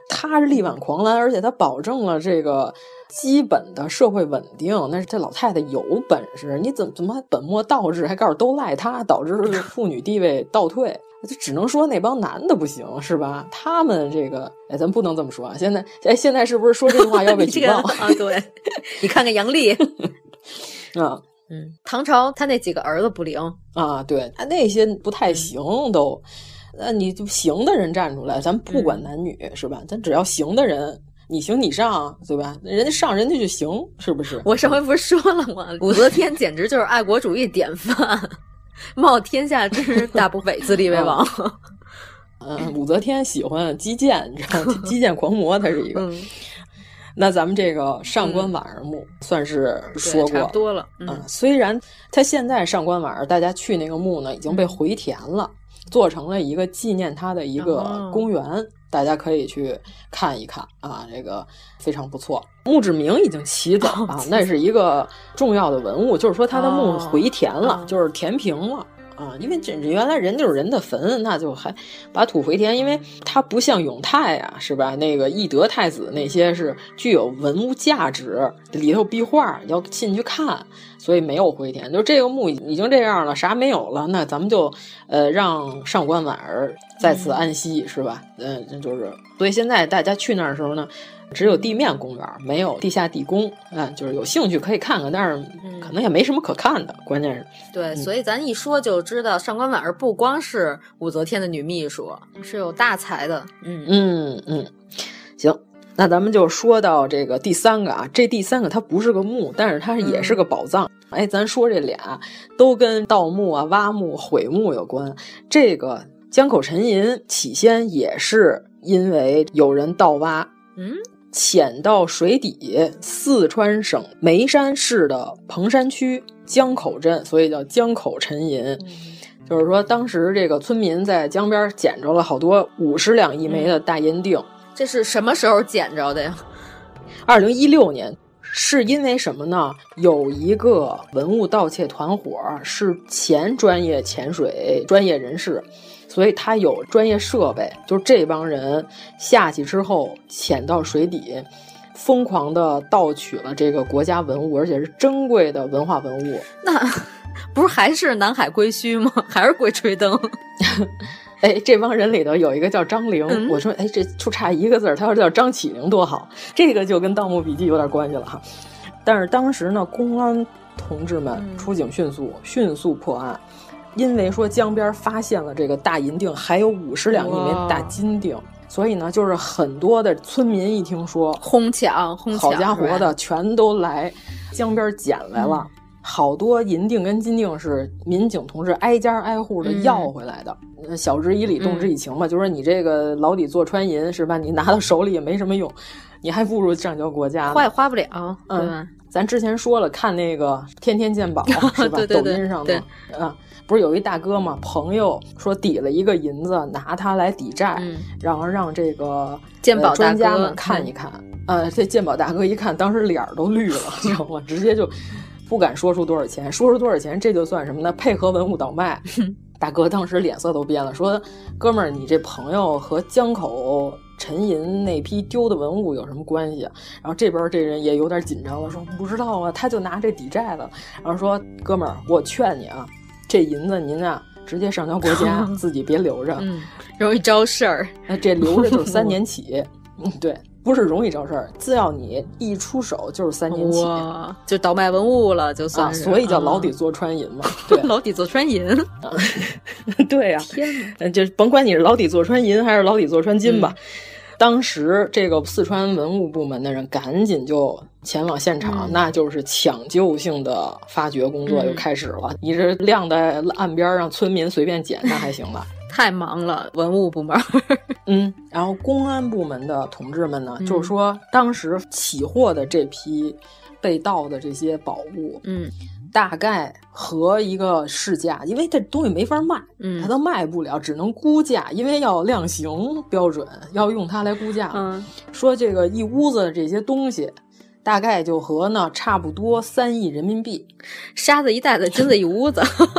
S3: 他是力挽狂澜，而且他保证了这个基本的社会稳定。那是这老太太有本事，你怎么怎么还本末倒置，还告诉都赖他，导致妇女地位倒退。就只能说那帮男的不行，是吧？他们这个，哎，咱不能这么说啊。现在，哎，现在是不是说这句话要被举报、
S11: 这个、啊？对，你看看杨丽
S3: 啊。
S11: 嗯，唐朝他那几个儿子不灵
S3: 啊，对，他那些不太行都，那、嗯、你就行的人站出来，咱不管男女、嗯、是吧？咱只要行的人，你行你上，对吧？人家上人家就行，是不是？
S11: 我上回不是说了吗？武则天简直就是爱国主义典范，冒天下之大不韪，自立为王。
S3: 嗯，嗯武则天喜欢击剑，你知道吗？击剑狂魔，他是一个。嗯，那咱们这个上官婉儿墓、嗯、算是说过，
S11: 差不多了。嗯，
S3: 嗯虽然他现在上官婉儿，大家去那个墓呢已经被回填了，嗯、做成了一个纪念他的一个公园，哦、大家可以去看一看啊，这个非常不错。墓志铭已经起走啊，哦、那是一个重要的文物，就是说他的墓回填了，哦、就是填平了。啊，因为这原来人就是人的坟，那就还把土回填，因为它不像永泰啊，是吧？那个懿德太子那些是具有文物价值，里头壁画要进去看，所以没有回填。就这个墓已经这样了，啥没有了，那咱们就呃让上官婉儿在此安息，嗯、是吧？嗯、呃，就是所以现在大家去那儿的时候呢，只有地面公园，没有地下地宫啊、嗯，就是有兴趣可以看看，但是可能也没什么可看的，嗯、关键是
S11: 对，
S3: 嗯、
S11: 所以咱一说就知道上官婉儿不光是武则天的女秘书，是有大才的。
S3: 嗯嗯嗯，行，那咱们就说到这个第三个啊，这第三个它不是个墓，但是它也是个宝藏。嗯、哎，咱说这俩都跟盗墓啊、挖墓、毁墓有关。这个江口沉银起先也是因为有人盗挖，
S11: 嗯。
S3: 潜到水底，四川省眉山市的彭山区江口镇，所以叫江口沉银。嗯、就是说，当时这个村民在江边捡着了好多五十两一枚的大银锭。嗯、
S11: 这是什么时候捡着的呀？
S3: 二零一六年，是因为什么呢？有一个文物盗窃团伙是前专业潜水专业人士。所以他有专业设备，就是这帮人下去之后潜到水底，疯狂的盗取了这个国家文物，而且是珍贵的文化文物。
S11: 那不是还是南海归墟吗？还是鬼吹灯？
S3: 哎，这帮人里头有一个叫张玲，嗯、我说，哎，这就差一个字儿，他要是叫张启灵多好，这个就跟《盗墓笔记》有点关系了哈。但是当时呢，公安同志们出警迅速，嗯、迅速破案。因为说江边发现了这个大银锭，还有五十两一枚大金锭，所以呢，就是很多的村民一听说
S11: 哄抢，哄抢，
S3: 好家伙的，全都来江边捡来了。嗯、好多银锭跟金锭是民警同志挨家挨户的要回来的。嗯、晓之以理，动之以情嘛，嗯、就说你这个牢底坐穿银是吧？你拿到手里也没什么用，你还不如上交国家，
S11: 花也花不了。
S3: 嗯，咱之前说了，看那个《天天鉴宝》是吧？
S11: 对对对
S3: 抖音上的啊。不是有一大哥吗？朋友说抵了一个银子，拿它来抵债，嗯、然后让这个
S11: 鉴宝、呃、
S3: 专家们看一看。嗯、呃，这鉴宝大哥一看，当时脸都绿了，知道吗？直接就不敢说出多少钱，说出多少钱，这就算什么呢？配合文物倒卖。大哥当时脸色都变了，说：“哥们儿，你这朋友和江口沉银那批丢的文物有什么关系啊？”然后这边这人也有点紧张了，说：“不知道啊，他就拿这抵债了。”然后说：“哥们儿，我劝你啊。”这银子您啊，直接上交国家，自己别留着，
S11: 嗯，容易招事儿。
S3: 那这留着就是三年起，嗯，对，不是容易招事儿，只要你一出手就是三年起，
S11: 哇，就倒卖文物了，就算是，
S3: 啊、所以叫牢底坐穿银嘛。啊、对，
S11: 牢底坐穿银，
S3: 啊、对呀、啊，
S11: 天哪，
S3: 就甭管你是牢底坐穿银还是牢底坐穿金吧。嗯、当时这个四川文物部门的人赶紧就前往现场，嗯、那就是抢救性的发掘工作又开始了。嗯、你这晾在岸边让村民随便捡，那还行吧？
S11: 太忙了，文物部门。
S3: 嗯，然后公安部门的同志们呢，嗯、就是说当时起获的这批被盗的这些宝物，
S11: 嗯，
S3: 大概和一个市价，因为这东西没法卖，
S11: 嗯，
S3: 它都卖不了，只能估价，因为要量刑标准，要用它来估价。
S11: 嗯，
S3: 说这个一屋子这些东西。大概就和呢差不多三亿人民币，
S11: 沙子一袋子，金子一屋子。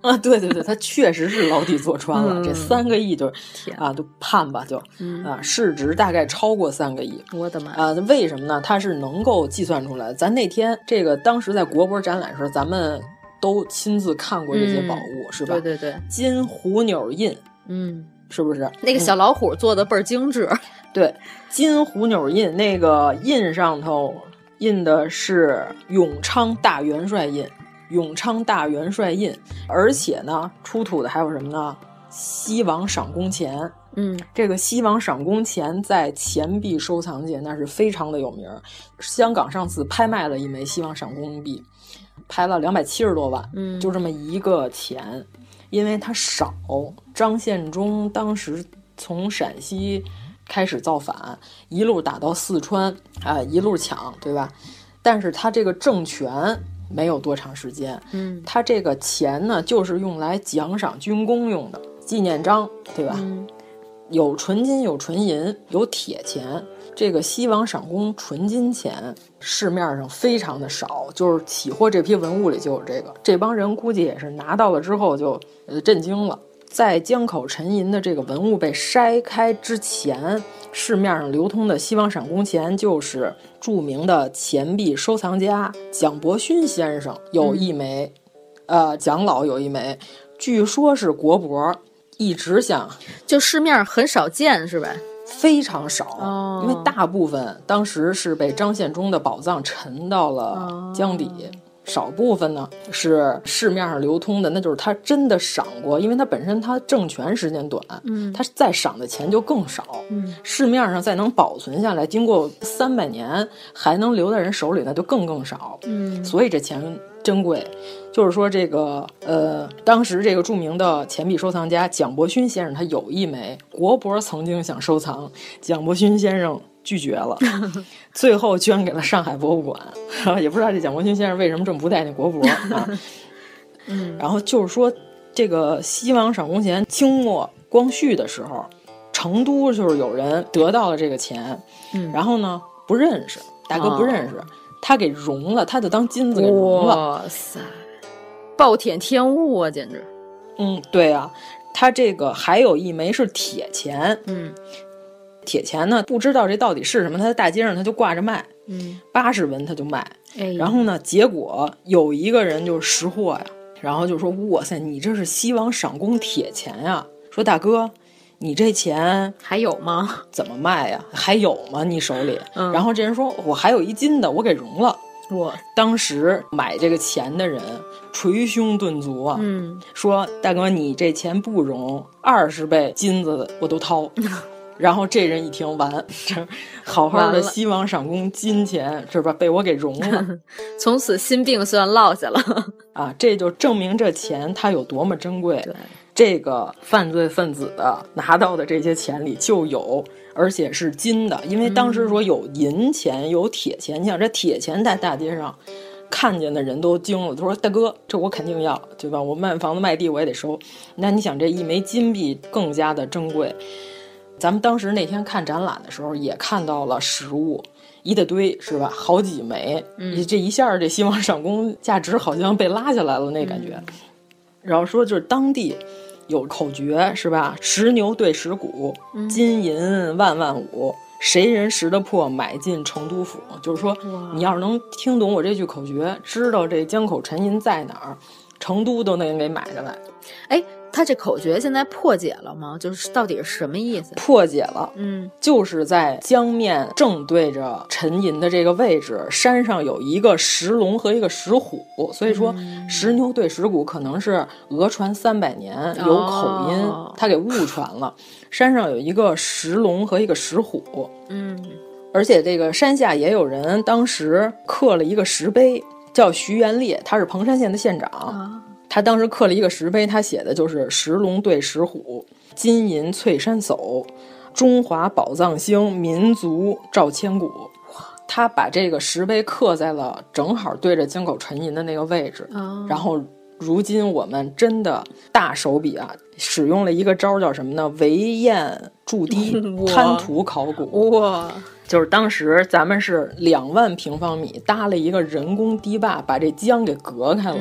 S3: 啊，对对对，他确实是牢底坐穿了。
S11: 嗯、
S3: 这三个亿就啊，就判吧，就、嗯、啊，市值大概超过三个亿。
S11: 我的妈！
S3: 啊，为什么呢？它是能够计算出来。咱那天这个当时在国博展览时，咱们都亲自看过这些宝物，
S11: 嗯、
S3: 是吧？
S11: 对对对，
S3: 金虎钮印，
S11: 嗯，
S3: 是不是？
S11: 那个小老虎做的倍儿精致。嗯、
S3: 对，金虎钮印那个印上头印的是永昌大元帅印。永昌大元帅印，而且呢，出土的还有什么呢？西王赏功钱。
S11: 嗯，
S3: 这个西王赏功钱在钱币收藏界那是非常的有名。香港上次拍卖了一枚西王赏功币，拍了两百七十多万，
S11: 嗯，
S3: 就这么一个钱，因为它少。张献忠当时从陕西开始造反，一路打到四川，啊、呃，一路抢，对吧？但是他这个政权没有多长时间，
S11: 嗯，
S3: 他这个钱呢，就是用来奖赏军功用的，纪念章，对吧？
S11: 嗯，
S3: 有纯金，有纯银，有铁钱。这个西王赏功纯金钱市面上非常的少，就是起货这批文物里就有这个。这帮人估计也是拿到了之后就呃震惊了。在江口沉银的这个文物被筛开之前，市面上流通的西王赏功钱就是著名的钱币收藏家蒋伯勋先生有一枚，嗯、呃，蒋老有一枚，据说是国博，一直想
S11: 就市面很少见是吧？
S3: 非常少，
S11: 哦、
S3: 因为大部分当时是被张献忠的宝藏沉到了江底。哦，少部分呢是市面上流通的，那就是他真的赏过，因为他本身他政权时间短，
S11: 嗯，
S3: 他再赏的钱就更少，
S11: 嗯，
S3: 市面上再能保存下来，经过三百年还能留在人手里，那就更更少，
S11: 嗯，
S3: 所以这钱珍贵。就是说这个呃，当时这个著名的钱币收藏家蒋伯勋先生，他有一枚，国博曾经想收藏，蒋伯勋先生拒绝了，最后捐给了上海博物馆。也不知道这蒋伯勋先生为什么这么不待见国博啊。
S11: 嗯，
S3: 然后就是说，这个西王赏功钱清末光绪的时候，成都就是有人得到了这个钱，
S11: 嗯，
S3: 然后呢不认识，大哥不认识，哦、他给熔了，他就当金子给熔了。
S11: 哇塞，暴殄天物啊，简直！
S3: 嗯，对啊，他这个还有一枚是铁钱，
S11: 嗯。
S3: 铁钱呢，不知道这到底是什么，他在大街上他就挂着卖，
S11: 嗯，
S3: 八十文他就卖，
S11: 哎，
S3: 然后呢，结果有一个人就是识货呀，然后就说：“哇塞，你这是西王赏功铁钱呀！”说大哥，你这钱
S11: 还有吗？
S3: 怎么卖呀？还有吗？你手里？
S11: 嗯、
S3: 然后这人说：“我还有一金的，我给熔了。”
S11: 我
S3: 当时买这个钱的人捶胸顿足啊，
S11: 嗯，
S3: 说：“大哥，你这钱不熔，二十倍金子我都掏。”然后这人一听完，这好好的西王赏功金钱是吧，被我给熔了，
S11: 从此心病算落下了
S3: 啊！这就证明这钱它有多么珍贵。这个犯罪分子的拿到的这些钱里就有，而且是金的，因为当时说有银钱有铁钱，你想这铁钱在大街上看见的人都惊了，他说：“大哥，这我肯定要，对吧？我卖房子卖地我也得收。”那你想这一枚金币更加的珍贵。咱们当时那天看展览的时候也看到了实物一大堆，是吧？好几枚，
S11: 嗯，
S3: 这一下这西王赏功价值好像被拉下来了那感觉。嗯、然后说就是当地有口诀，是吧？十牛对十鼓，
S11: 嗯、
S3: 金银万万五，谁人识得破，买进成都府。就是说，你要是能听懂我这句口诀，知道这江口沉银在哪儿，成都都能给买下来。
S11: 哎。他这口诀现在破解了吗？就是到底是什么意思？
S3: 破解了，
S11: 嗯，
S3: 就是在江面正对着沉银的这个位置，山上有一个石龙和一个石虎，所以说、嗯、石牛对石鼓可能是讹传三百年，有口音，
S11: 哦、
S3: 他给误传了。山上有一个石龙和一个石虎，
S11: 嗯，
S3: 而且这个山下也有人当时刻了一个石碑，叫徐元烈，他是彭山县的县长。
S11: 啊
S3: 他当时刻了一个石碑，他写的就是石龙对石虎，金银翠山叟，中华宝藏星，民族照千古。他把这个石碑刻在了正好对着江口沉银的那个位置、
S11: 哦、
S3: 然后如今我们真的大手笔啊，使用了一个招叫什么呢？围堰筑堤，滩涂考古。
S11: 哇！
S3: 就是当时咱们是两万平方米搭了一个人工堤坝，把这江给隔开了。
S11: 嗯，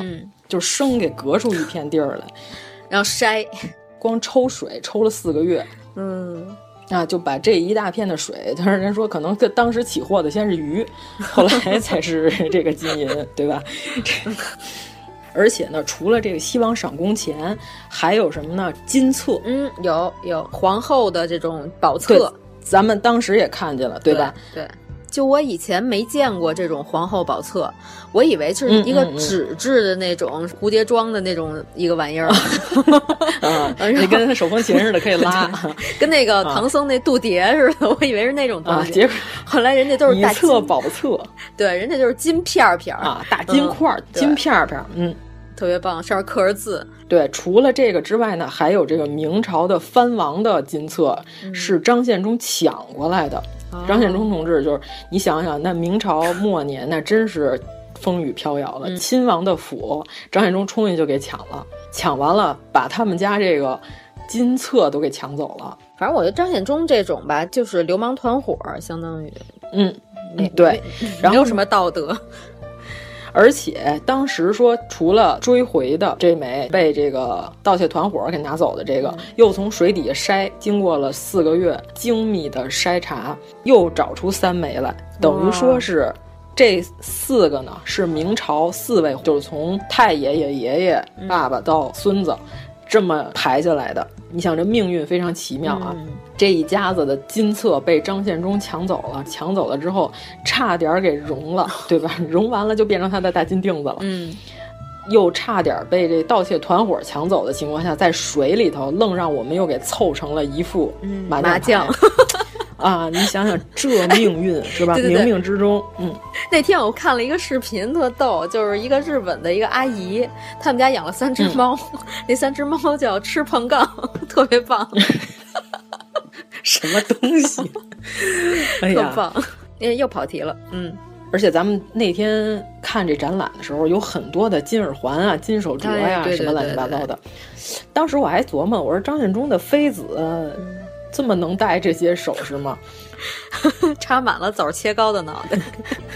S3: 就生给隔出一片地儿来，
S11: 然后筛，
S3: 光抽水抽了四个月，
S11: 嗯。
S3: 啊，就把这一大片的水，但是人说可能当时起货的先是鱼，后来才是这个金银，对吧？而且呢，除了这个西王赏功钱，还有什么呢？金册，
S11: 嗯，有有皇后的这种宝册，
S3: 咱们当时也看见了，对吧？
S11: 对。对就我以前没见过这种皇后宝册，我以为是一个纸质的那种蝴蝶装的那种一个玩意儿，
S3: 啊，你跟手风琴似的可以拉，
S11: 跟那个唐僧那度牒似的，我以为是那种东西。
S3: 啊、结果
S11: 后来人家都是大
S3: 册宝册，
S11: 对，人家就是金片片
S3: 啊，大金块、嗯、金片片，嗯，
S11: 特别棒，上面刻着字。
S3: 对，除了这个之外呢，还有这个明朝的藩王的金册、嗯、是张献忠抢过来的。张献忠同志就是你想想，那明朝末年那真是风雨飘摇了。嗯、亲王的府，张献忠冲进去就给抢了，抢完了把他们家这个金册都给抢走了。
S11: 反正我觉得张献忠这种吧，就是流氓团伙，相当于，
S3: 嗯，嗯对，然后
S11: 没有什么道德。
S3: 而且当时说，除了追回的这枚被这个盗窃团伙给拿走的这个，嗯、又从水底下筛，经过了四个月精密的筛查，又找出三枚来，等于说是这四个呢是明朝四位，就是从太爷爷、爷爷、爸爸到孙子。嗯这么排下来的，你想这命运非常奇妙啊！嗯、这一家子的金册被张献忠抢走了，抢走了之后差点给融了，对吧？融完了就变成他的大金锭子了。
S11: 嗯，
S3: 又差点被这盗窃团伙抢走的情况下，在水里头愣让我们又给凑成了一副麻将。
S11: 麻将
S3: 啊，你想想这命运是吧？
S11: 对对对，
S3: 冥冥之中，嗯。
S11: 那天我看了一个视频，特逗，就是一个日本的一个阿姨，他们家养了三只猫，嗯、那三只猫叫吃碰杠，特别棒。
S3: 什么东西？哎呀，
S11: 特棒！又跑题了，嗯。
S3: 而且咱们那天看这展览的时候，有很多的金耳环啊、金手镯呀、
S11: 哎、
S3: 什么乱七八糟的。当时我还琢磨，我说张献忠的妃子。嗯这么能戴这些首饰吗？
S11: 插满了枣切糕的脑袋。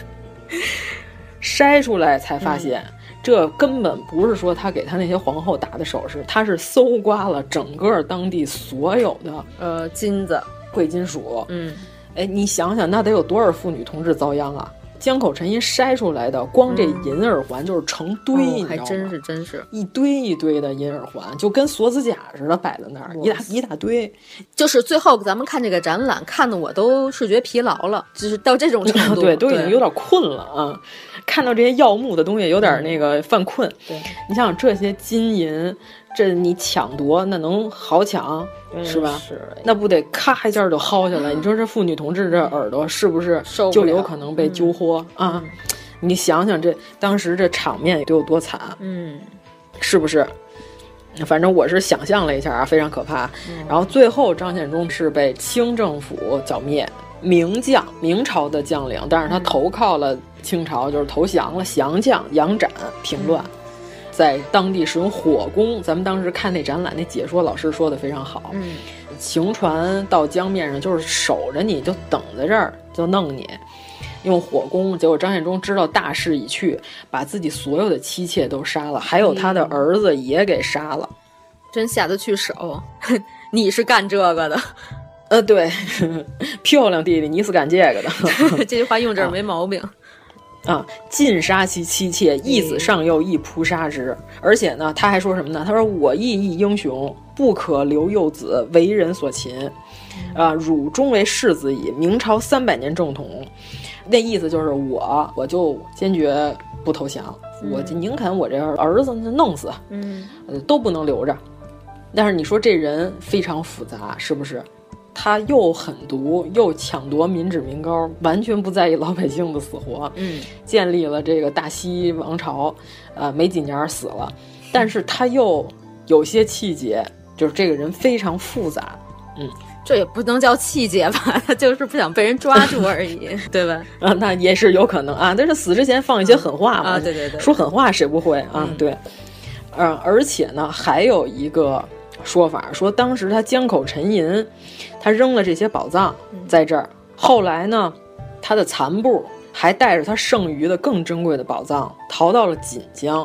S3: 筛出来才发现，嗯、这根本不是说他给他那些皇后打的首饰，他是搜刮了整个当地所有的
S11: 呃金子、
S3: 贵金属。
S11: 嗯，
S3: 哎，你想想，那得有多少妇女同志遭殃啊！江口沉银筛出来的，光这银耳环就是成堆，
S11: 嗯、
S3: 你知道吗？
S11: 还真是真是
S3: 一堆一堆的银耳环，就跟锁子甲似的摆在那儿，一大一大堆。
S11: 就是最后咱们看这个展览，看的我都视觉疲劳了，就是到这种程度，
S3: 对，都已经有点困了啊！看到这些耀目的东西，有点那个犯困。
S11: 对，
S3: 你想想这些金银，这你抢夺那能好抢？是吧？
S11: 是，
S3: 那不得咔一下就薅下来？你说这妇女同志这耳朵是不是就有可能被揪豁、嗯、啊？你想想这当时这场面得有多惨？
S11: 嗯，
S3: 是不是？反正我是想象了一下啊，非常可怕。嗯、然后最后张献忠是被清政府剿灭，明将明朝的将领，但是他投靠了清朝，就是投降了，降将杨展平乱。嗯，在当地使用火攻，咱们当时看那展览，那解说老师说的非常好。
S11: 嗯，
S3: 行船到江面上，就是守着你，就等在这儿，就弄你，用火攻。结果张献忠知道大势已去，把自己所有的妻妾都杀了，还有他的儿子也给杀了。
S11: 真下得去手，你是干这个的？
S3: 呃，对，漂亮弟弟，你是干这个的。
S11: 这句话用这儿没毛病。
S3: 啊啊！尽杀其妻妾，一子上幼，亦扑杀之。而且呢，他还说什么呢？他说：“我亦亦英雄，不可留幼子为人所擒。啊，汝终为世子矣。明朝三百年正统。”那意思就是我，我就坚决不投降，嗯、我就宁肯我这儿子弄死，
S11: 嗯，
S3: 都不能留着。但是你说这人非常复杂，是不是？他又狠毒，又抢夺民脂民膏，完全不在意老百姓的死活。
S11: 嗯，
S3: 建立了这个大西王朝，呃，没几年死了。但是他又有些气节，就是这个人非常复杂。嗯，
S11: 这也不能叫气节吧，他就是不想被人抓住而已，对吧？
S3: 啊，那也是有可能啊。但是死之前放一些狠话嘛，
S11: 啊，对对对，
S3: 说狠话谁不会啊？嗯、对，嗯、呃，而且呢，还有一个说法，说当时他江口沉银。他扔了这些宝藏在这儿，嗯、后来呢，他的残部还带着他剩余的更珍贵的宝藏逃到了锦江。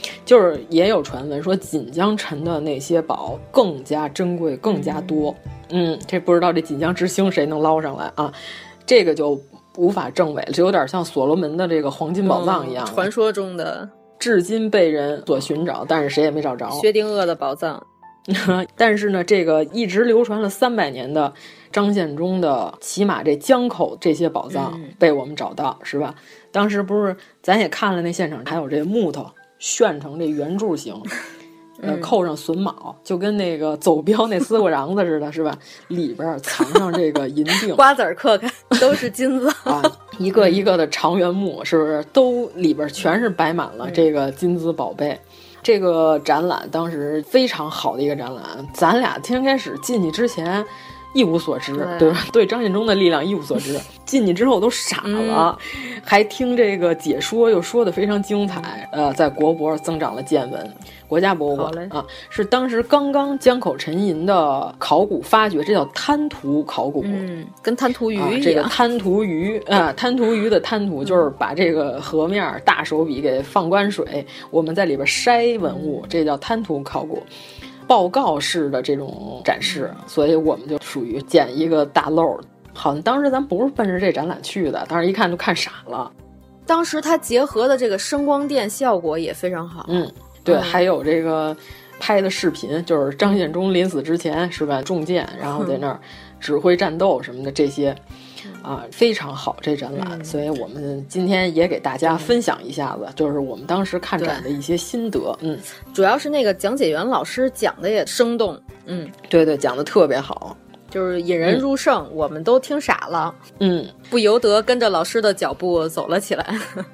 S3: 就是也有传闻说锦江沉的那些宝更加珍贵，更加多。嗯，这不知道这锦江之星谁能捞上来啊？这个就无法证伪了，就有点像所罗门的这个黄金宝藏一样，
S11: 嗯、传说中的，
S3: 至今被人所寻找，但是谁也没找着。
S11: 薛定谔的宝藏。
S3: 但是呢，这个一直流传了三百年的张献忠的起码这江口这些宝藏被我们找到，嗯、是吧？当时不是咱也看了那现场，还有这木头旋成这圆柱形。呃，扣上榫卯，就跟那个走镖那丝瓜瓤子似的，是吧？里边藏上这个银锭，
S11: 瓜子儿嗑开都是金子
S3: 啊，一个一个的长圆木，是不是都里边全是摆满了这个金子宝贝？嗯、这个展览当时非常好的一个展览，咱俩天开始进去之前一无所知， 对, 对吧？对张献忠的力量一无所知，进去之后都傻了，嗯、还听这个解说，又说的非常精彩。呃，在国博增长了见闻。国家博物馆啊，是当时刚刚江口沉银的考古发掘，这叫滩涂考古，
S11: 嗯，跟滩涂鱼一样。
S3: 啊、这个滩涂鱼啊，滩涂鱼的滩涂就是把这个河面大手笔给放关水，我们在里边筛文物，这叫滩涂考古。报告式的这种展示，所以我们就属于捡一个大漏。好像当时咱不是奔着这展览去的，当时一看就看傻了。
S11: 当时它结合的这个声光电效果也非常好，
S3: 嗯。对，还有这个拍的视频，就是张献忠临死之前是吧，中箭，然后在那儿指挥战斗什么的，这些啊非常好这展览，嗯、所以我们今天也给大家分享一下子，就是我们当时看展的一些心得。嗯，
S11: 主要是那个讲解员老师讲的也生动，嗯，
S3: 对对，讲的特别好，
S11: 就是引人入胜，嗯、我们都听傻了，
S3: 嗯，
S11: 不由得跟着老师的脚步走了起来。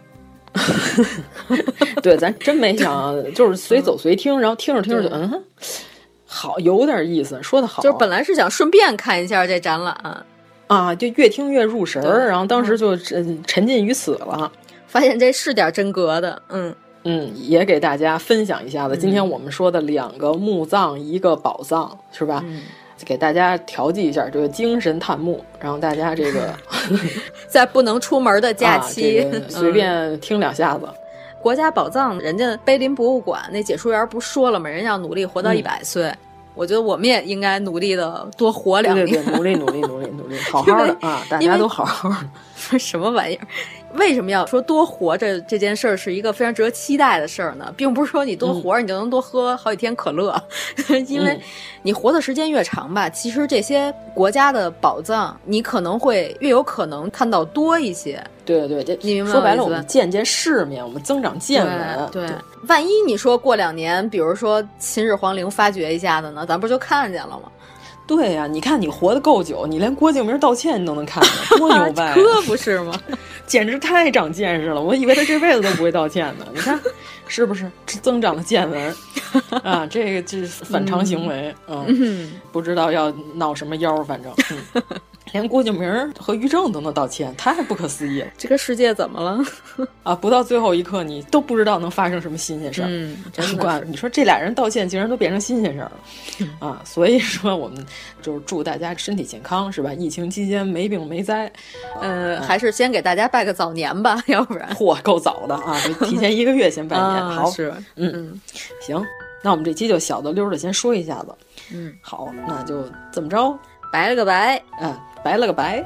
S3: 对，咱真没想，就是随走随听，然后听着听着就嗯，好，有点意思，说的好。
S11: 就是本来是想顺便看一下这展览
S3: 啊，就越听越入神儿，然后当时就沉沉浸于此了，
S11: 发现这是点真格的，嗯
S3: 嗯，也给大家分享一下子。今天我们说的两个墓葬，一个宝藏，是吧？
S11: 嗯，
S3: 给大家调剂一下这个精神探墓，然后大家这个
S11: 在不能出门的假期，
S3: 啊这个、随便听两下子。
S11: 嗯、国家宝藏，人家碑林博物馆那解说员不说了吗？人要努力活到一百岁。嗯，我觉得我们也应该努力的多活两年，
S3: 对对对，努力努力努力努力，好好的啊，大家都好好
S11: 的。什么玩意儿？为什么要说多活着这件事儿是一个非常值得期待的事儿呢？并不是说你多活着你就能多喝好几天可乐，嗯、因为你活的时间越长吧，其实这些国家的宝藏你可能会越有可能看到多一些。
S3: 对对对，
S11: 你明白
S3: 说白了，我们见见世面，我们增长见闻。
S11: 对，对万一你说过两年，比如说秦始皇陵发掘一下子呢，咱不就看见了吗？
S3: 对呀、啊，你看你活得够久，你连郭敬明道歉你都能看见，多牛掰、啊！
S11: 可不是吗？
S3: 简直太长见识了！我以为他这辈子都不会道歉呢。你看，是不是增长了见闻啊？这个这是反常行为，嗯，嗯不知道要闹什么妖，反正。嗯连郭敬明和于正都能道歉，太不可思议了！
S11: 这个世界怎么了？
S3: 啊，不到最后一刻，你都不知道能发生什么新鲜事儿。
S11: 嗯，
S3: 真的，你说这俩人道歉，竟然都变成新鲜事儿了、嗯、啊！所以说，我们就是祝大家身体健康，是吧？疫情期间没病没灾。
S11: 呃，嗯、还是先给大家拜个早年吧，要不然
S3: 嚯，够早的啊！提前一个月先拜年，
S11: 啊、
S3: 好，
S11: 是，
S3: 嗯嗯，行，那我们这期就小的溜的先说一下子。
S11: 嗯，
S3: 好，那就这么着，
S11: 拜了个拜，
S3: 嗯。拜了个拜。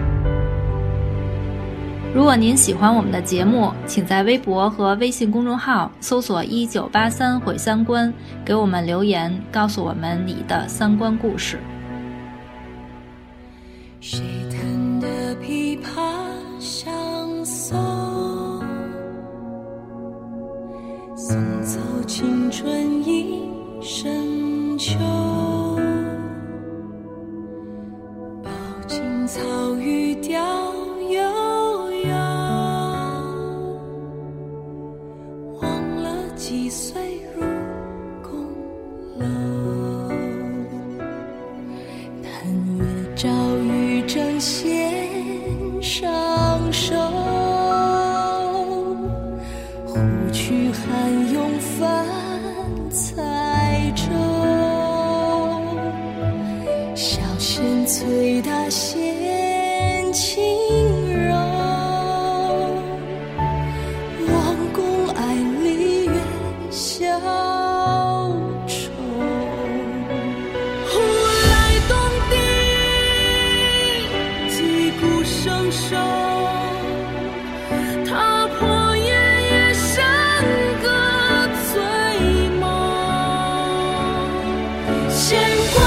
S1: 如果您喜欢我们的节目，请在微博和微信公众号搜索一九八三毁三观，给我们留言，告诉我们你的三观故事。
S12: 谁弹的琵琶相送，送走青春一身秋，草鱼钓悠悠，忘了几岁入宫楼，但愿朝雨正线上手，胡曲寒咏泛彩舟，小弦催大弦轻柔，望宫爱丽月显光。